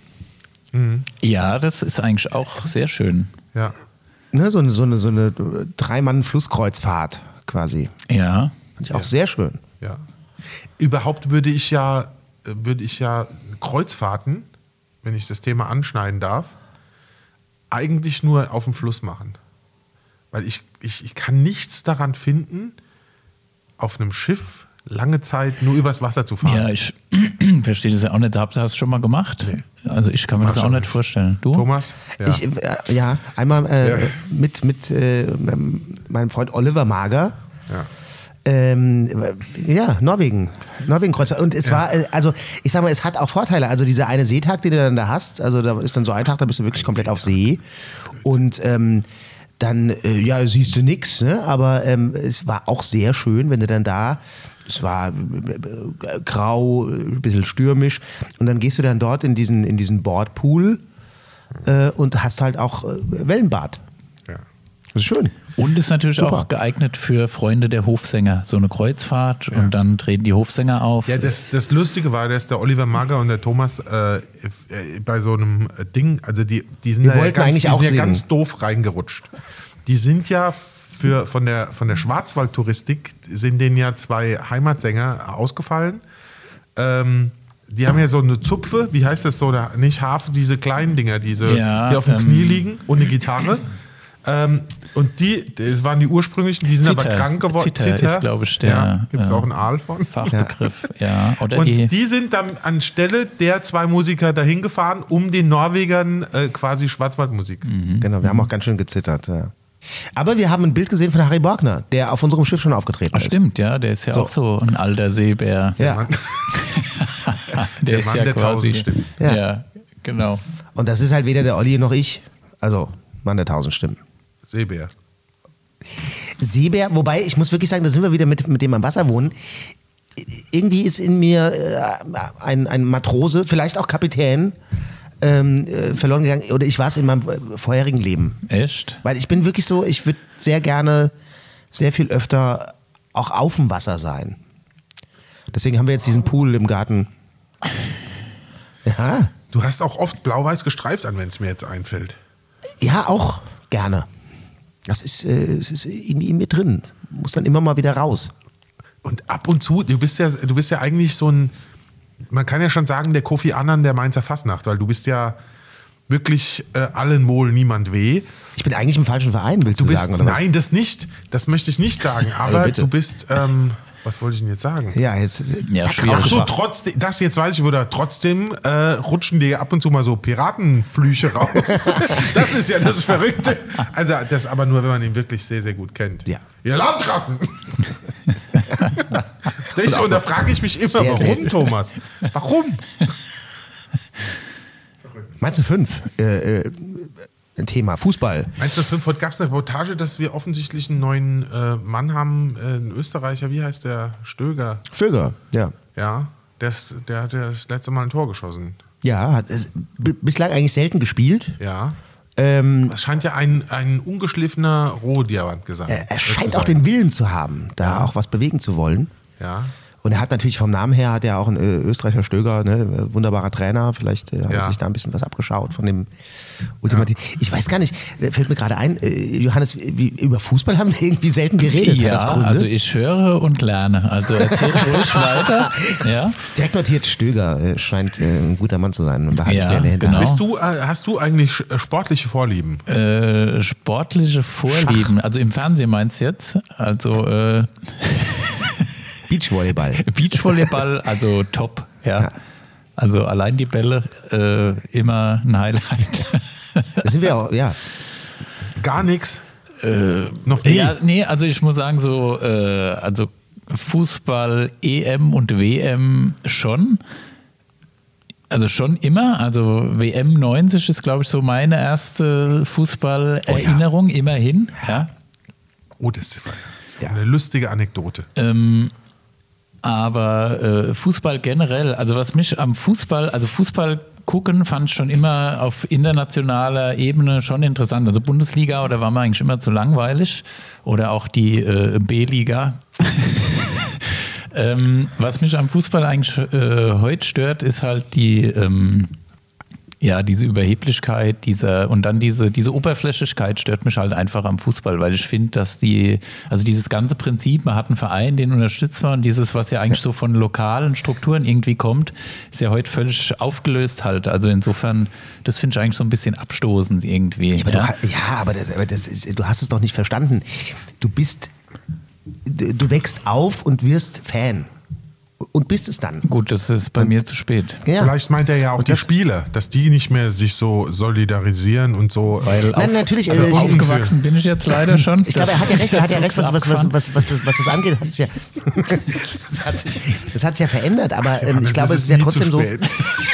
Ja, das ist eigentlich auch sehr schön. ja. Ne, so eine, so eine, so eine Drei-Mann-Flusskreuzfahrt quasi. Ja. Fand ich auch sehr schön. Ja. Überhaupt würde ich ja, äh, würde ich ja Kreuzfahrten, wenn ich das Thema anschneiden darf, eigentlich nur auf dem Fluss machen. Weil ich, ich, ich kann nichts daran finden, auf einem Schiff lange Zeit nur übers Wasser zu fahren. Ja, ich verstehe das ja auch nicht. Habt ihr das schon mal gemacht? Nee. Also ich kann mir Mach das auch schon nicht nicht. vorstellen. Du? Thomas? Ja. Ich, äh, ja, einmal äh, Ja. mit, mit äh, meinem Freund Oliver Mager. ja. Ähm, ja, Norwegen. Norwegen-Kreuzfahrt. Und es war, äh, also ich sag mal, es hat auch Vorteile. Also dieser eine Seetag, den du dann da hast, also da ist dann so ein Tag, da bist du wirklich komplett auf See. Und ähm, dann, äh, ja, siehst du nix, ne? Aber ähm, es war auch sehr schön, wenn du dann da, es war äh, äh, grau, ein bisschen stürmisch. Und dann gehst du dann dort in diesen, in diesen Bordpool äh, und hast halt auch äh, Wellenbad. ja. Das ist schön. Und ist natürlich Super. auch geeignet für Freunde der Hofsänger. So eine Kreuzfahrt und dann treten die Hofsänger auf. Ja, das, das Lustige war, dass der Oliver Mager und der Thomas äh, äh, bei so einem Ding, also die, die sind, Wir da ja wollten ganz, eigentlich die auch sind ja singen. ganz doof reingerutscht. Die sind ja für, von der, von der Schwarzwaldtouristik sind denen ja zwei Heimatsänger ausgefallen. Ähm, die haben ja so eine Zupfe, wie heißt das so, da, nicht Harfe, diese kleinen Dinger, diese, Ja, die auf dem ähm, Knie liegen und eine Gitarre. Ähm, und die, das waren die ursprünglichen, die sind Zither. aber krank geworden. Zither ist, glaub ich, der, Ja, gibt es äh, auch einen Aal von. Fachbegriff, ja. Oder Und die, die, sind dann anstelle der zwei Musiker dahin gefahren, um den Norwegern äh, quasi Schwarzwaldmusik. Genau, wir haben auch ganz schön gezittert. Ja. Aber wir haben ein Bild gesehen von Harry Borgner, der auf unserem Schiff schon aufgetreten ah, ist. stimmt, ja, der ist ja So. auch so ein alter Seebär. Ja. Mann, Der, ist Mann ja der quasi. tausend Stimmen. Ja. Ja. genau. Und das ist halt weder der Olli noch ich. Also, Mann der tausend Stimmen. Seebär. Seebär, wobei, ich muss wirklich sagen, da sind wir wieder mit, mit dem am Wasser wohnen. Irgendwie ist in mir äh, ein, ein Matrose, vielleicht auch Kapitän, ähm, äh, verloren gegangen. Oder ich war es in meinem äh, vorherigen Leben. Echt? Weil ich bin wirklich so, ich würde sehr gerne sehr viel öfter auch auf dem Wasser sein. Deswegen haben wir jetzt diesen Pool im Garten. Ja, Du hast auch oft blau-weiß gestreift an, wenn es mir jetzt einfällt. ja, auch gerne. Das ist, äh, es ist irgendwie in mir drin. Muss dann immer mal wieder raus. Und ab und zu, du bist ja, du bist ja eigentlich so ein, man kann ja schon sagen, der Kofi Annan der Mainzer Fastnacht, weil du bist ja wirklich äh, allen wohl, niemand weh. Ich bin eigentlich im falschen Verein, willst du, Du bist, sagen? Oder was? nein, das nicht. Das möchte ich nicht sagen. Aber bitte. du bist, ähm, was wollte ich denn jetzt sagen? Ja, jetzt. Ja, zack, schwierig. Ach so, rausgebracht. trotzdem, das jetzt weiß ich wieder, trotzdem äh, rutschen dir ab und zu mal so Piratenflüche raus. Das ist ja das Verrückte. Also das aber nur, wenn man ihn wirklich sehr, sehr gut kennt. Ja. Ihr Landratten! Das, und da frage ich mich immer, Sehr warum, selten. Thomas? Warum? Meinst du fünf? Äh, äh, ein Thema. Fußball. eins null fünf, heute gab es eine Reportage, dass wir offensichtlich einen neuen äh, Mann haben, äh, einen Österreicher, wie heißt der? Stöger. Stöger, ja. Ja, der, ist, der hat ja das letzte Mal ein Tor geschossen. Ja, hat es b- bislang eigentlich selten gespielt. Ja. Ähm, Das scheint ja ein, ein ungeschliffener Rohdiamant gesagt. er, er scheint auch den Willen zu haben, da auch was bewegen zu wollen. Ja. Und er hat natürlich vom Namen her, hat er auch einen Österreicher Stöger, ne, wunderbarer Trainer, vielleicht äh, hat Ja. er sich da ein bisschen was abgeschaut von dem Ultimativ. Ja. Ich weiß gar nicht, fällt mir gerade ein, äh, Johannes, wie, über Fußball haben wir irgendwie selten geredet. Ja, hat das Gründe? also ich höre und lerne. Also erzähl ruhig weiter. Ja, Direkt notiert, Stöger äh, scheint äh, ein guter Mann zu sein und behalte Ja, ich mir in der Hinterhand. genau. Bist du, äh, hast du eigentlich äh, sportliche Vorlieben? äh, sportliche Vorlieben. Also im Fernsehen meinst du jetzt? Also äh, Beachvolleyball. Beachvolleyball, also top. Ja. Ja. Also allein die Bälle, äh, immer ein Highlight. Das sind wir auch, ja. Gar nichts? Äh, Noch nie? Ja, nee, also ich muss sagen, so, äh, also Fußball, E M und W M schon. Also schon immer. Also W M neunzig ist, glaube ich, so meine erste Fußballerinnerung, immerhin. Ja. Oh, das war ja. Ja. eine lustige Anekdote. Ähm, aber äh, Fußball generell, also was mich am Fußball, also Fußball gucken fand ich schon immer auf internationaler Ebene schon interessant. Also Bundesliga, oder war mir eigentlich immer zu langweilig. Oder auch die äh, B-Liga. ähm, was mich am Fußball eigentlich äh, heute stört, ist halt die, ähm, ja, diese Überheblichkeit, dieser, und dann diese, diese Oberflächlichkeit stört mich halt einfach am Fußball, weil ich finde, dass die, also dieses ganze Prinzip, man hat einen Verein, den unterstützt man, und dieses, was ja eigentlich so von lokalen Strukturen irgendwie kommt, ist ja heute völlig aufgelöst halt. Also insofern, das finde ich eigentlich so ein bisschen abstoßend irgendwie. Ja, aber, ja. Du, ja, aber, das, aber das ist, du hast es doch nicht verstanden. Du bist, du, du wächst auf und wirst Fan. Und bist es dann. Gut, das ist bei mir zu spät. Ja. Vielleicht meint er ja auch Und die das- Spieler, dass die nicht mehr sich so solidarisieren und so. Weil Nein, auf, natürlich, Also äh, ich- aufgewachsen bin ich jetzt leider schon. Ich glaube, er hat ja recht, er hat ja recht, was, was, was, abgefahren. was, was, das, was das angeht. Hat's ja, das, hat sich, das hat sich ja verändert, aber ähm, Mann, ich glaube, es ist nie ja trotzdem zu so, spät.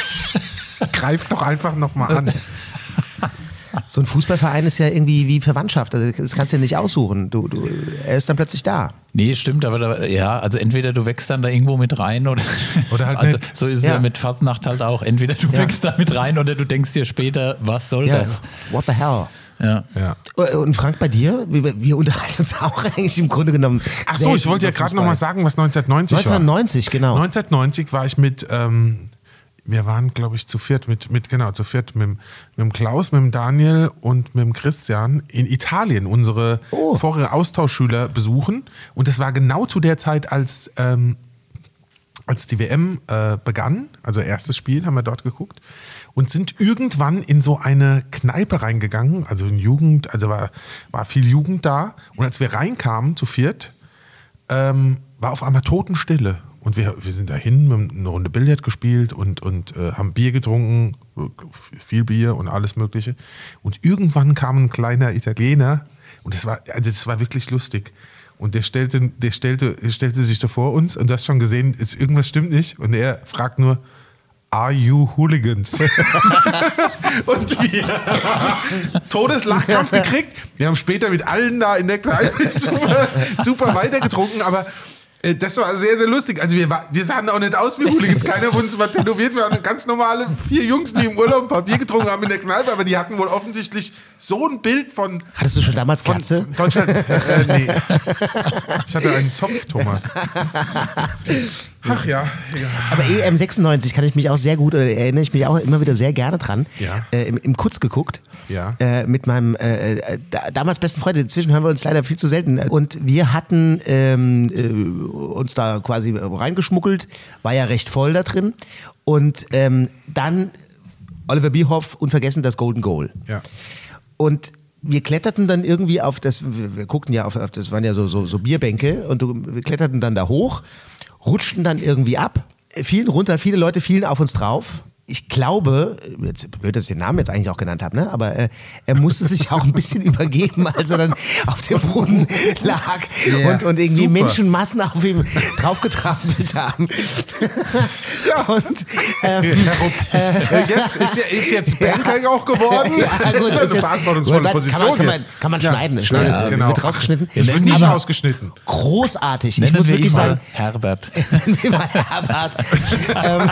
Greif doch einfach nochmal an. so ein Fußballverein ist ja irgendwie wie Verwandtschaft. Also das kannst du ja nicht aussuchen. Du, du, er ist dann plötzlich da. Nee, stimmt, aber da, ja, also entweder du wächst dann da irgendwo mit rein oder, Oder halt also nicht. so ist es Ja. ja mit Fasnacht halt auch. Entweder du Ja. wächst da mit rein oder du denkst dir später, was soll Ja, das? what the hell? Ja. Ja. Und Frank, bei dir? Wir, wir unterhalten uns auch eigentlich im Grunde genommen. Ach so, selten ich wollte ja über gerade Fußball. nochmal sagen, was neunzehnhundertneunzig war. neunzehnhundertneunzig, genau. neunzehnhundertneunzig war ich mit, ähm, wir waren, glaube ich, zu viert, mit, mit genau, zu viert, mit, dem- mit dem Klaus, mit dem Daniel und mit dem Christian in Italien unsere Oh. vorige Austauschschüler besuchen. Und das war genau zu der Zeit, als, ähm, als die W M äh, begann, also erstes Spiel, haben wir dort geguckt. Und sind irgendwann in so eine Kneipe reingegangen, also in Jugend, also war, war viel Jugend da. Und als wir reinkamen zu viert, ähm, war auf einmal Totenstille. Und wir, wir sind dahin, wir haben eine Runde Billard gespielt und, und äh, haben Bier getrunken, viel Bier und alles Mögliche. Und irgendwann kam ein kleiner Italiener und das war, also das war wirklich lustig. Und der stellte, der stellte, der stellte sich so vor uns und du hast schon gesehen, ist, irgendwas stimmt nicht. Und er fragt nur, are you hooligans? Und wir Todeslachkampf gekriegt. Wir haben später mit allen da in der Kneipe super, super weitergetrunken, aber äh, das war sehr, sehr lustig. Also wir, war, wir sahen auch nicht aus wie Hooligans. Keiner von uns war tätowiert. Wir waren ganz normale vier Jungs, die im Urlaub ein paar Bier getrunken haben in der Kneipe, aber die hatten wohl offensichtlich so ein Bild von, Hattest du schon damals von Glatze? Deutschland. Äh, nee. Ich hatte einen Zopf, Thomas. Ach ja, egal. Aber E M sechsundneunzig kann ich mich auch sehr gut, äh, erinnere ich mich auch immer wieder sehr gerne dran. Ja. Äh, im, Im Kutz geguckt. Ja. Äh, mit meinem äh, äh, da, damals besten Freund. Inzwischen hören wir uns leider viel zu selten. Und wir hatten ähm, äh, uns da quasi reingeschmuggelt. War ja recht voll da drin. Und ähm, dann Oliver Bierhoff, unvergessen das Golden Goal. Ja. Und wir kletterten dann irgendwie auf das, wir wir guckten ja auf, auf das waren ja so, so, so Bierbänke und du, wir kletterten dann da hoch, rutschten dann irgendwie ab, fielen runter, viele Leute fielen auf uns drauf. Ich glaube, jetzt blöd, dass ich den Namen jetzt eigentlich auch genannt habe, ne? Aber äh, er musste sich auch ein bisschen übergeben, als er dann auf dem Boden lag Ja, und, und irgendwie super. Menschenmassen auf ihm draufgetrampelt haben. Ja. Und ähm, Äh, jetzt ist, ja, ist jetzt Banker auch geworden. Ja, gut, das ist ist eine jetzt- verantwortungsvolle kann man- Position kann man- jetzt. kann man Ja, schneiden, schneiden, ja, genau. wird rausgeschnitten. Es wird nicht Aber- rausgeschnitten. Großartig. Ich Nennen muss wir wirklich ihn mal sagen, Herbert. Herbert. ähm,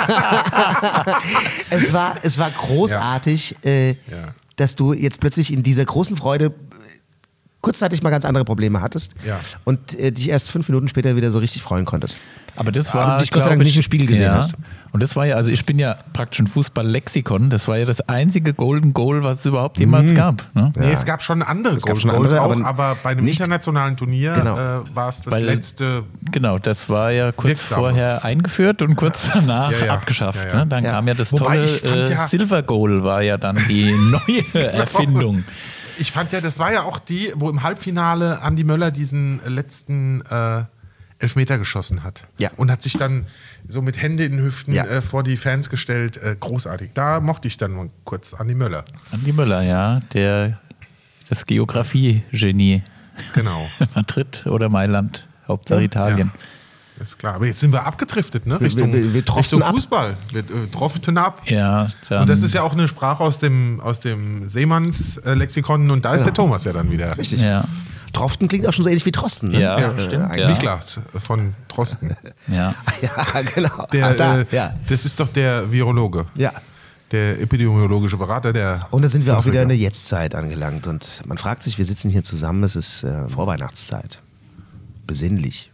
es, war, es war großartig, äh, Ja. dass du jetzt plötzlich in dieser großen Freude äh, kurzzeitig mal ganz andere Probleme hattest Ja. und äh, dich erst fünf Minuten später wieder so richtig freuen konntest. Aber das Aber war, du dich Gott sei glaub Dank ich, nicht im Spiegel gesehen ja. hast. Und das war ja, also ich bin ja praktisch ein Fußball-Lexikon. Das war ja das einzige Golden Goal, was es überhaupt jemals gab. Ne? Nee, es gab schon andere Es gab Golden schon Goals andere, auch, aber aber bei einem nicht- internationalen Turnier Genau. äh, war es das Weil- letzte. Genau, das war ja kurz Wirksam. vorher eingeführt und kurz danach Ja, ja. abgeschafft. Ja, ja. Ne? Dann Ja. kam ja das Wobei tolle ich fand äh, ja- Silver Goal, war ja dann die neue Erfindung. Ich fand ja, das war ja auch die, wo im Halbfinale Andi Möller diesen letzten äh, Elfmeter geschossen hat. Ja. Und hat sich dann so mit Hände in den Hüften Ja. äh, vor die Fans gestellt. Äh, großartig. Da mochte ich dann mal kurz Andi Möller. Andi Möller, ja, der das Geografie-Genie. Genau. Madrid oder Mailand, Hauptsache Italien. Ja. Ist klar. Aber jetzt sind wir abgedriftet, ne? Richtung, wir- wir droften Richtung ab. Fußball. Wir äh, droften ab. Ja, dann, Und das ist ja auch eine Sprache aus dem, aus dem Seemanns-Lexikon. Und da ist der Thomas ja dann wieder. Richtig. ja, Troften klingt auch schon so ähnlich wie Trosten. Ne? Ja, Ja, stimmt. eigentlich. Ja. Niklas von Drosten. ja. Ja, genau. Der, Ach, da, äh, ja. Das ist doch der Virologe. ja. Der epidemiologische Berater, der. Und da sind wir auch wieder in Bundesliga. der Jetztzeit angelangt. Und man fragt sich, wir sitzen hier zusammen, es ist äh, Vorweihnachtszeit. Besinnlich.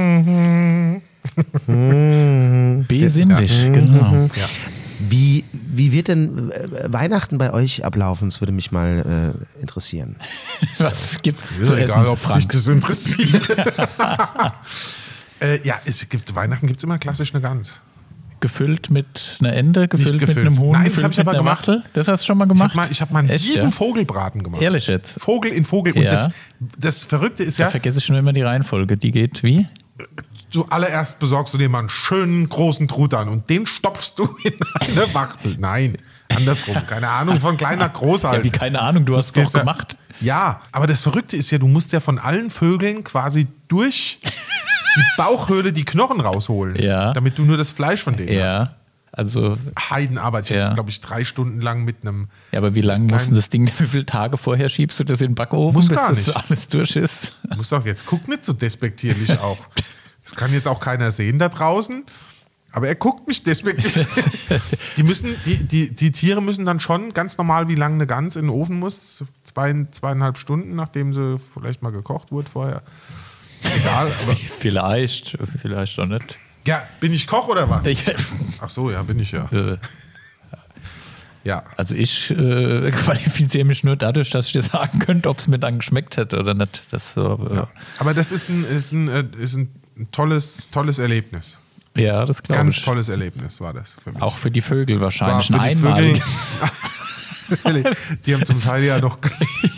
Besinnlich, genau. Ja. Wie, wie wird denn äh, Weihnachten bei euch ablaufen? Das würde mich mal äh, interessieren. Was gibt's Ist zu doch essen, egal, ob Frank? dich das interessiert. äh, ja, es gibt Weihnachten gibt es immer klassisch eine Gans. Gefüllt mit einer Ente, gefüllt mit gefüllt. einem Huhn, Nein, das gefüllt hab ich mit aber einer gemacht. Wachtel. Das hast du schon mal Ich gemacht? habe mal, ich hab mal einen Echt, sieben ja? Vogelbraten gemacht. Ehrlich jetzt? Vogel in Vogel. Und Ja. das, das Verrückte ist Da ja, vergesse ich schon immer die Reihenfolge. Die geht wie? zuallererst besorgst du dir mal einen schönen großen Truthahn und den stopfst du in eine Wachtel. Nein, andersrum. Keine Ahnung, von kleiner groß halt. Ja, wie keine Ahnung, du hast es doch gehst ja- gemacht. Ja, aber das Verrückte ist ja, du musst ja von allen Vögeln quasi durch die Bauchhöhle die Knochen rausholen, Ja. damit du nur das Fleisch von denen hast. Ja, also, Heidenarbeit. Ich Ja. habe, glaube ich, drei Stunden lang mit einem. ja, aber wie lange kleinen- muss denn das Ding, wie viele Tage vorher schiebst du das in den Backofen, Muss bis gar das nicht. alles durch ist? Muss doch jetzt, guck nicht so despektierlich auch. Das kann jetzt auch keiner sehen da draußen. Aber er guckt mich despektierlich. die, müssen, die, die, die Tiere müssen dann schon ganz normal, wie lange eine Gans in den Ofen muss. Zwei, zweieinhalb Stunden, nachdem sie vielleicht mal gekocht wurde vorher. Egal. Aber, Vielleicht, vielleicht auch nicht. ja, bin ich Koch oder was? Ich, Ach so, ja, bin ich ja. äh, Ja. also ich äh, qualifiziere mich nur dadurch, dass ich dir sagen könnte, ob es mir dann geschmeckt hätte oder nicht. Das so, äh, Aber das ist ein, ist ein, äh, ist ein tolles, tolles Erlebnis. ja, das glaube Ganz ich. tolles Erlebnis war das für mich. Auch für die Vögel Das war wahrscheinlich. für Ein die Vögel. einmaliges. Die haben zum Teil ja noch.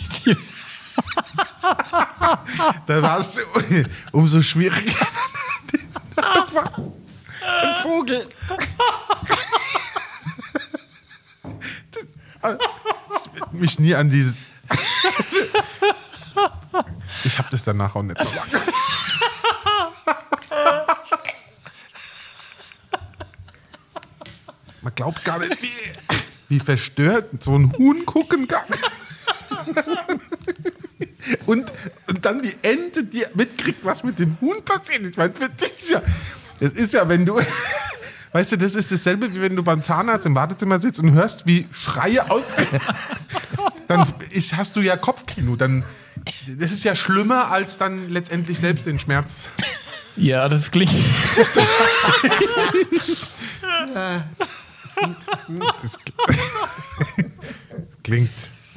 Da war es umso schwieriger. Ein Vogel. Das, ich werd mich nie an dieses. Ich habe das danach auch nicht mehr lange. Man glaubt gar nicht, wie, wie verstört so ein Huhn gucken kann. Und, und dann die Ente, die mitkriegt, was mit dem Huhn passiert. Ich meine, das ist ja, das ist ja, wenn du, weißt du, das ist dasselbe, wie wenn du beim Zahnarzt im Wartezimmer sitzt und hörst, wie Schreie aus. Dann ist, hast du ja Kopfkino. Dann, das ist ja schlimmer, als dann letztendlich selbst den Schmerz. Ja, das klingt. Das klingt.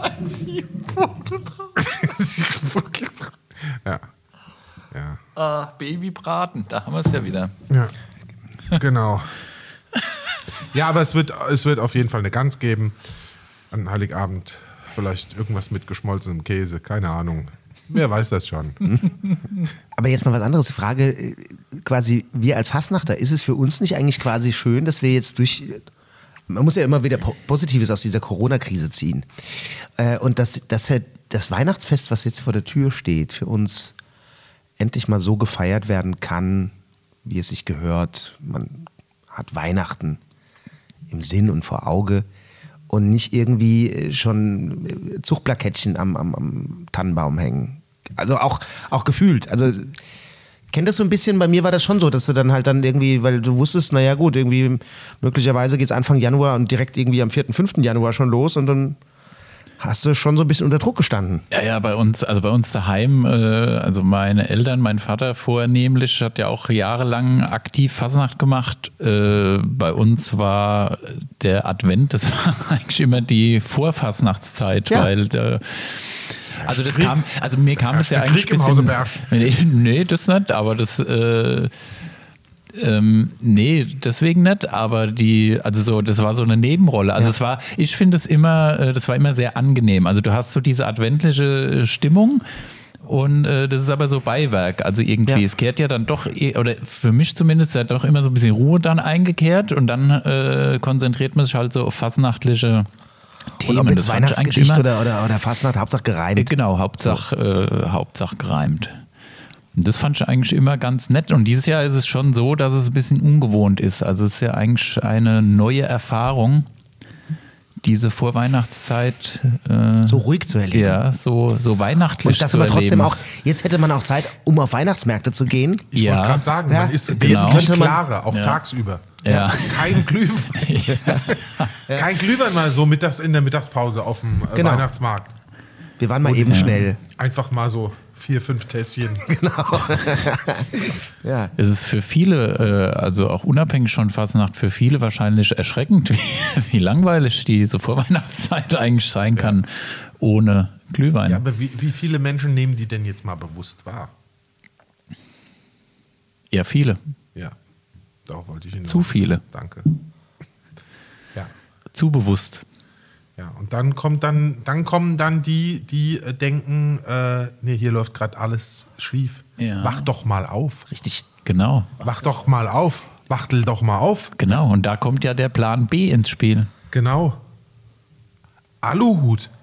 Ja. Ja. Ah, Babybraten, da haben wir es ja wieder. Ja. Genau. Ja, aber es wird, es wird auf jeden Fall eine Gans geben. An Heiligabend vielleicht irgendwas mit geschmolzenem Käse, keine Ahnung. Wer weiß das schon. Aber jetzt mal was anderes. Die Frage, äh, quasi wir als Fastnachter, ist es für uns nicht eigentlich quasi schön, dass wir jetzt durch, man muss ja immer wieder Po- Positives aus dieser Corona-Krise ziehen. Äh, Und dass, dass halt das Weihnachtsfest, was jetzt vor der Tür steht, für uns endlich mal so gefeiert werden kann, wie es sich gehört. Man hat Weihnachten im Sinn und vor Auge und nicht irgendwie schon Zuchtplakettchen am, am, am Tannenbaum hängen. Also auch, auch gefühlt. Also kennt das so ein bisschen, bei mir war das schon so, dass du dann halt dann irgendwie, weil du wusstest, naja gut, irgendwie möglicherweise geht es Anfang Januar und direkt irgendwie am vierten, fünften Januar schon los und dann hast du schon so ein bisschen unter Druck gestanden. Ja, ja, bei uns, also bei uns daheim, äh, also meine Eltern, mein Vater vornehmlich hat ja auch jahrelang aktiv Fasnacht gemacht. Äh, bei uns war der Advent, das war eigentlich immer die Vorfasnachtszeit, Ja. weil der Also das Krieg. kam, also mir kam es Erster ja eigentlich Krieg im ein Hause bisschen. Bersch. Nee, nee, das nicht, aber das äh, ähm, nee, deswegen nicht, aber die, also so, das war so eine Nebenrolle. Also Ja. es war, ich finde es immer, äh, das war immer sehr angenehm. Also du hast so diese adventliche Stimmung. Und äh, das ist aber so Beiwerk, also irgendwie, Ja. es kehrt ja dann doch, eh- oder für mich zumindest, hat doch immer so ein bisschen Ruhe dann eingekehrt und dann äh, konzentriert man sich halt so auf fasnachtliche Themen. Und ob jetzt Das fand ich eigentlich Weihnachtsgedicht immer- oder, oder, oder Fastnacht, Hauptsache Äh, gereimt. Genau, Hauptsache, äh, Hauptsache gereimt. Und das fand ich eigentlich immer ganz nett. Und dieses Jahr ist es schon so, dass es ein bisschen ungewohnt ist. Also es ist ja eigentlich eine neue Erfahrung, diese Vorweihnachtszeit äh, So ruhig zu erleben. ja, so, so weihnachtlich Und dass zu man trotzdem erleben. auch, jetzt hätte man auch Zeit, um auf Weihnachtsmärkte zu gehen. Ich Ja. wollte gerade sagen, Ja, man ist genau. wesentlich Könnte man- klarer, auch Ja. tagsüber. Ja. Kein Glühwein. Kein Glühwein mal so mittags in der Mittagspause auf dem äh, Genau. Weihnachtsmarkt. Wir waren mal eben schnell. Einfach mal so vier, fünf Tässchen. Ja. Es ist für viele, äh, also auch unabhängig von Fasnacht, für viele wahrscheinlich erschreckend, wie, wie langweilig diese Vorweihnachtszeit eigentlich sein kann, ohne Glühwein. Ja, aber wie, wie viele Menschen nehmen die denn jetzt mal bewusst wahr? Ja, viele. Ja, darauf wollte ich hinaus. Zu viele. Danke. Ja, Zu bewusst. ja. Und dann kommt dann, dann kommen dann die, die äh, denken, äh, nee, hier läuft gerade alles schief. Ja. Wach doch mal auf. Richtig. Genau, Wach doch mal auf. Wachtel doch mal auf. genau. Und da kommt ja der Plan B ins Spiel. Genau. Aluhut.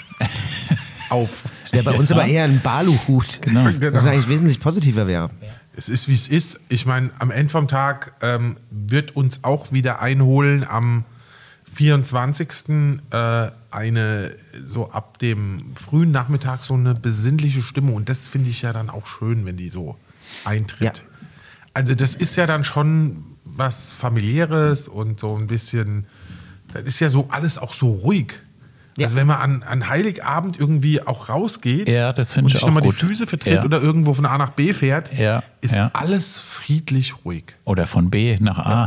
auf. Das wäre bei uns aber eher ein Baluhut. Genau. Was eigentlich wesentlich positiver wäre. Es ist, wie es ist. Ich meine, am Ende vom Tag ähm, wird uns auch wieder einholen am vierundzwanzigsten Äh, eine, so ab dem frühen Nachmittag so eine besinnliche Stimmung. Und das finde ich ja dann auch schön, wenn die so eintritt. Ja. Also das ist ja dann schon was Familiäres und so ein bisschen, das ist ja so alles auch so ruhig. Ja. Also wenn man an, an Heiligabend irgendwie auch rausgeht Ja, das finde und ich sich auch nochmal die gut. Füße vertritt Ja. oder irgendwo von A nach B fährt, Ja, ist ja. alles friedlich ruhig. Oder von B nach A.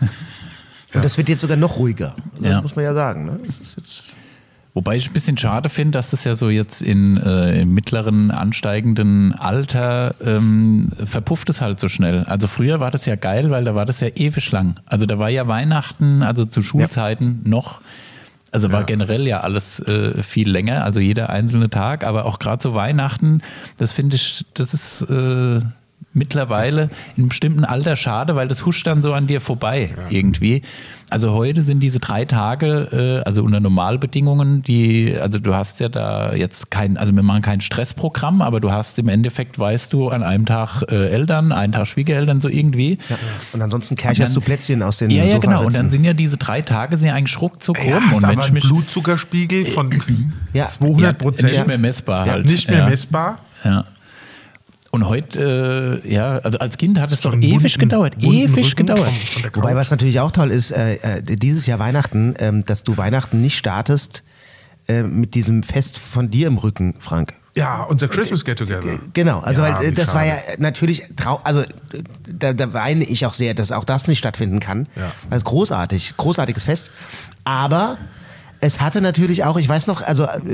Und das wird jetzt sogar noch ruhiger. Das Ja. muss man ja sagen. Ne? Das ist jetzt Wobei ich ein bisschen schade finde, dass das ja so jetzt in, äh, im mittleren, ansteigenden Alter ähm, verpufft es halt so schnell. Also früher war das ja geil, weil da war das ja ewig lang. Also da war ja Weihnachten, also zu Schulzeiten noch, also war Ja. generell ja alles äh, viel länger, also jeder einzelne Tag, aber auch gerade so Weihnachten, das finde ich, das ist äh, mittlerweile in einem bestimmten Alter schade, weil das huscht dann so an dir vorbei irgendwie. Also heute sind diese drei Tage, äh, also unter Normalbedingungen, die, also du hast ja da jetzt kein, also wir machen kein Stressprogramm, aber du hast im Endeffekt, weißt du, an einem Tag äh, Eltern, einen Tag Schwiegereltern, so irgendwie. ja. Und ansonsten kercherst du Plätzchen aus den Ja, ja, genau. Und Sofaritzen. dann sind ja diese drei Tage sind ja eigentlich ruckzuck Ja, rum. hast Und wenn aber ich einen mich Blutzuckerspiegel von Ja. zweihundert Prozent. nicht mehr messbar halt. Nicht mehr ja. messbar. Ja. Und heute, äh, ja, also als Kind hat es doch Einen ewig wunden- gedauert. wunden Ewig Rücken gedauert. vom- von der Couch. Wobei, was natürlich auch toll ist, äh, äh, dieses Jahr Weihnachten, ähm, dass du Weihnachten nicht startest äh, mit diesem Fest von dir im Rücken, Frank. Ja, unser Christmas Get Together. Genau, also Ja, weil äh, wie das war ja schade. natürlich trau also äh, da, da weine ich auch sehr, dass auch das nicht stattfinden kann. Ja. Also großartig, großartiges Fest. Aber es hatte natürlich auch, ich weiß noch, also äh,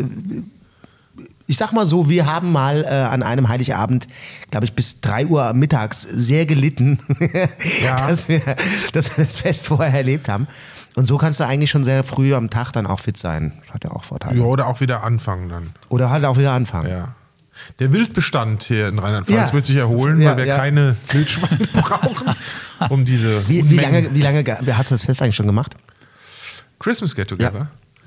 ich sag mal so, wir haben mal äh, an einem Heiligabend, glaube ich, bis drei Uhr mittags sehr gelitten, Ja. dass, wir, dass wir das Fest vorher erlebt haben. Und so kannst du eigentlich schon sehr früh am Tag dann auch fit sein. Hat ja auch Vorteile. Ja, oder auch wieder anfangen dann. Oder halt auch wieder anfangen. Ja. Der Wildbestand hier in Rheinland-Pfalz Ja. wird sich erholen, Ja, weil wir ja. keine Wildschweine brauchen, um diese Wie, wie, Unmengen- lange, wie lange ge- hast du das Fest eigentlich schon gemacht? Christmas Get Together.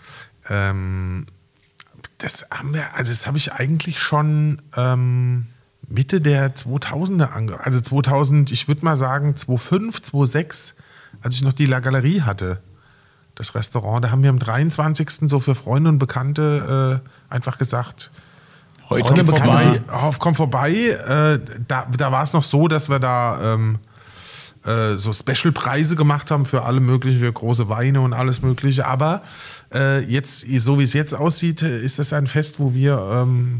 Ähm, das haben wir, also das habe ich eigentlich schon ähm, Mitte der zweitausender ange, also zweitausend, ich würde mal sagen zweitausendfünf, zweitausendsechs, als ich noch die La Galerie hatte, das Restaurant, da haben wir am dreiundzwanzigsten so für Freunde und Bekannte äh, einfach gesagt, Heute komm Freunde, vorbei, Bekannte. auf, komm vorbei. Äh, da da war es noch so, dass wir da ähm, äh, so Special-Preise gemacht haben für alle möglichen, für große Weine und alles mögliche. Aber äh, jetzt, so wie es jetzt aussieht, ist das ein Fest, wo wir ähm,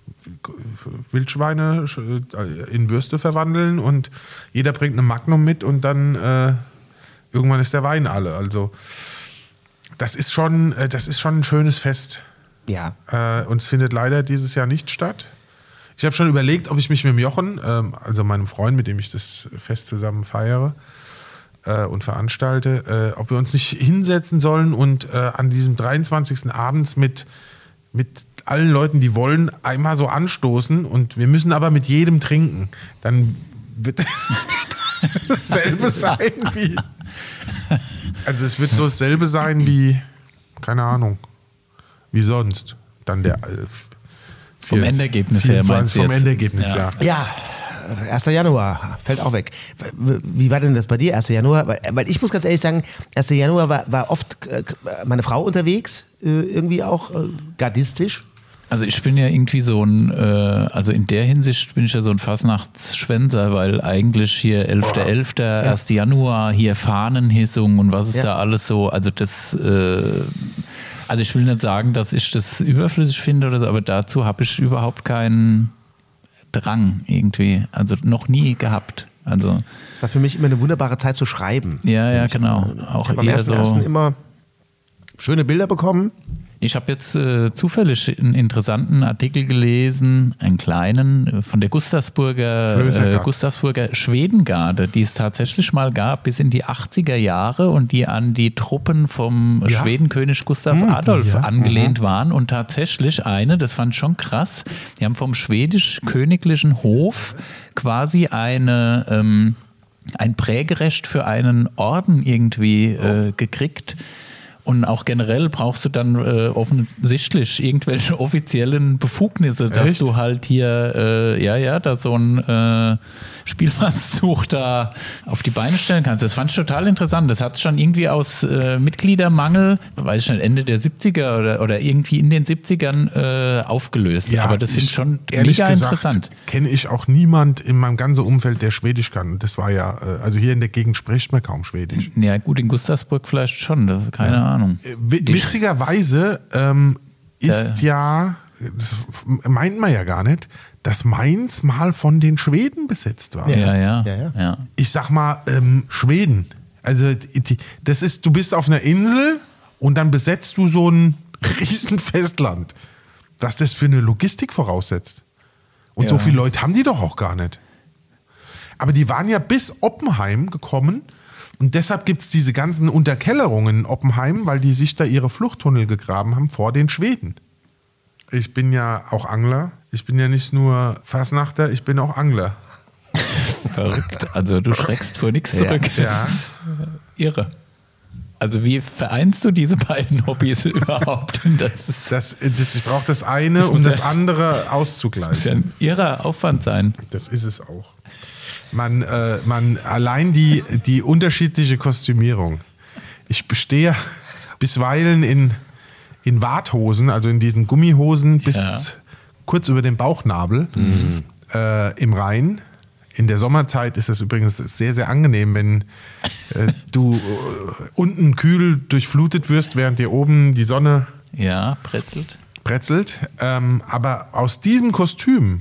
Wildschweine in Würste verwandeln und jeder bringt eine Magnum mit und dann äh, irgendwann ist der Wein alle. Also das ist schon, das ist schon ein schönes Fest. Ja. Äh, und es findet leider dieses Jahr nicht statt. Ich habe schon überlegt, ob ich mich mit dem Jochen, ähm, also meinem Freund, mit dem ich das Fest zusammen feiere äh, und veranstalte, äh, ob wir uns nicht hinsetzen sollen und äh, an diesem dreiundzwanzigsten abends mit, mit allen Leuten, die wollen, einmal so anstoßen und wir müssen aber mit jedem trinken. Dann wird es dasselbe sein wie... Also es wird so dasselbe sein wie, keine Ahnung, wie sonst. Dann der... Äh, Vom Endergebnis her meinst du Vom jetzt? Endergebnis, ja. Ja, erster Januar, fällt auch weg. Wie war denn das bei dir, erster Januar? Weil, weil ich muss ganz ehrlich sagen, erster Januar war, war oft äh, meine Frau unterwegs, äh, irgendwie auch äh, gardistisch. Also ich bin ja irgendwie so ein, äh, also in der Hinsicht bin ich ja so ein Fastnachtsschwänzer, weil eigentlich hier elfter elfter, erster Januar, hier Fahnenhissung und was ist Ja. da alles so, also das... Äh, Also ich will nicht sagen, dass ich das überflüssig finde oder so, aber dazu habe ich überhaupt keinen Drang irgendwie. Also noch nie gehabt. Also Es war für mich immer eine wunderbare Zeit zu schreiben. ja, ja, genau. Ich Auch habe am eher ersten so. ersten immer schöne Bilder bekommen. Ich habe jetzt äh, zufällig einen interessanten Artikel gelesen, einen kleinen, äh, von der Gustavsburger, äh, Flößergarde. Gustavsburger Schwedengarde, die es tatsächlich mal gab bis in die achtziger Jahre und die an die Truppen vom Ja. Schwedenkönig Gustav Hm, Adolf ja. angelehnt waren und tatsächlich eine, das fand ich schon krass, die haben vom schwedisch-königlichen Hof quasi eine, ähm, ein Prägerecht für einen Orden irgendwie äh, gekriegt. Und auch generell brauchst du dann äh, offensichtlich irgendwelche offiziellen Befugnisse, dass Echt? du halt hier, äh, ja, ja, da so ein äh, Spielmannszug da auf die Beine stellen kannst. Das fand ich total interessant. Das hat schon irgendwie aus äh, Mitgliedermangel, weiß ich nicht, Ende der siebziger oder, oder irgendwie in den siebzigern äh, aufgelöst. Aber das finde ich schon ehrlich mega gesagt, interessant. Kenne ich auch niemand in meinem ganzen Umfeld, der Schwedisch kann. Das war ja, äh, also hier in der Gegend spricht man kaum Schwedisch. Ja, gut, in Gustavsburg vielleicht schon, da- keine Ahnung. Äh, wi- Die- Witzigerweise ähm, ist ja, das meint man ja gar nicht, dass Mainz mal von den Schweden besetzt war. Ja, ja, Ja, ja. ja. Ich sag mal, ähm, Schweden. Also die, das ist, du bist auf einer Insel und dann besetzt du so ein riesen Festland. Was das für eine Logistik voraussetzt. Und Ja. so viele Leute haben die doch auch gar nicht. Aber die waren ja bis Oppenheim gekommen und deshalb gibt es diese ganzen Unterkellerungen in Oppenheim, weil die sich da ihre Fluchttunnel gegraben haben vor den Schweden. Ich bin ja auch Angler. Ich bin ja nicht nur Fasnachter, ich bin auch Angler. Verrückt. Also du schreckst vor nichts zurück. Ja. Das ist irre. Also wie vereinst du diese beiden Hobbys überhaupt? Das ist, Das, das, ich brauche das eine, Das um muss das ja- andere muss ja auszugleichen. ein irrer Aufwand sein. Das ist es auch. Man, äh, man allein die, die unterschiedliche Kostümierung. Ich bestehe bisweilen in, in Warthosen, also in diesen Gummihosen bis Ja. kurz über den Bauchnabel äh, im Rhein. In der Sommerzeit ist das übrigens sehr, sehr angenehm, wenn äh, du äh, unten kühl durchflutet wirst, während dir oben die Sonne Ja, bretzelt. bretzelt. Ähm, aber aus diesem Kostüm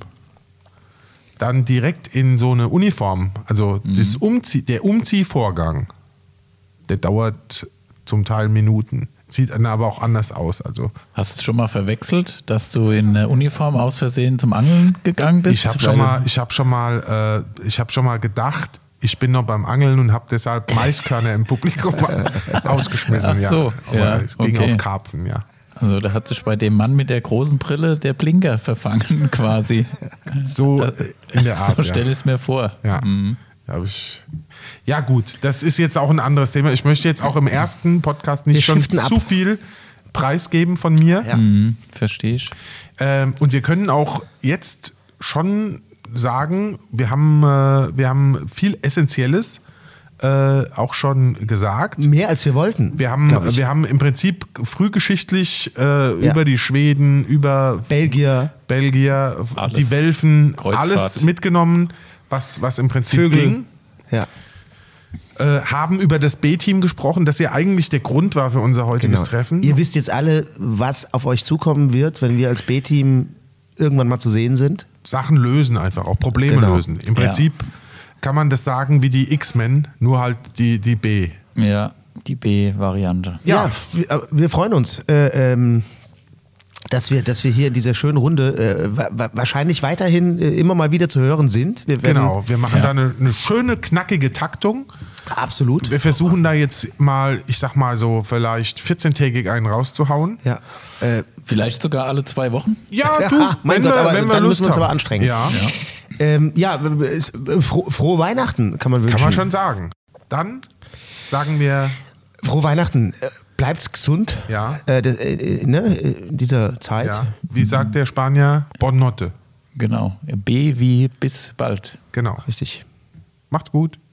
dann direkt in so eine Uniform, also das Umzie- der Umziehvorgang, der dauert zum Teil Minuten. Sieht dann aber auch anders aus. Also Hast du es schon mal verwechselt, dass du in der Uniform aus Versehen zum Angeln gegangen bist? ich habe schon Weil- mal, ich habe schon mal, äh, ich habe schon mal gedacht, ich bin noch beim Angeln und habe deshalb Maiskörner im Publikum ausgeschmissen. Ach so, ja. Aber ja, es ging okay. auf Karpfen, ja. Also da hat sich bei dem Mann mit der großen Brille der Blinker verfangen quasi. So äh, in der Art. So stelle ich es mir vor. Ja. Ja, hab ich. Ja, gut, das ist jetzt auch ein anderes Thema. Ich möchte jetzt auch im ersten Podcast nicht Wir schon shiften ab. zu viel preisgeben von mir. Ja. Mhm, verstehe ich. Ähm, und wir können auch jetzt schon sagen, wir haben, äh, wir haben viel Essentielles äh, auch schon gesagt. Mehr als wir wollten. Wir haben, glaub ich. wir haben im Prinzip frühgeschichtlich äh, über die Schweden, über Belgier, Belgier, Alles. die Welfen, Kreuzfahrt. alles mitgenommen, was, was im Prinzip Vögel. ging. Ja. äh, haben über das B-Team gesprochen, das ja eigentlich der Grund war für unser heutiges Genau. Treffen. Ihr wisst jetzt alle, was auf euch zukommen wird, wenn wir als B-Team irgendwann mal zu sehen sind. Sachen lösen einfach, auch Probleme Genau. lösen. Im Prinzip kann man das sagen wie die X-Men, nur halt die, die B. Ja, die B-Variante. Ja, wir, wir freuen uns, äh, ähm, dass wir, dass wir hier in dieser schönen Runde äh, wa- wa- wahrscheinlich weiterhin äh, immer mal wieder zu hören sind. Wir werden, Genau, wir machen Ja. da eine, eine schöne, knackige Taktung. Absolut. Wir versuchen da jetzt mal, ich sag mal so, vielleicht vierzehntägig einen rauszuhauen. Ja. Äh, Vielleicht sogar alle zwei Wochen. Ja, Ja, du, mein wenn Gott, wir, aber wenn wir dann Lust müssen wir uns haben. aber anstrengen. Ja, ähm, ja, es- äh, fro frohe Weihnachten kann man wünschen. kann man schon sagen. Dann sagen wir, Frohe Weihnachten. Äh, Bleibt's gesund. Ja. Äh, das, äh, ne, in dieser Zeit. ja, wie sagt der Spanier, Bon Notte. Genau. B wie bis bald. Genau. Richtig. Macht's gut.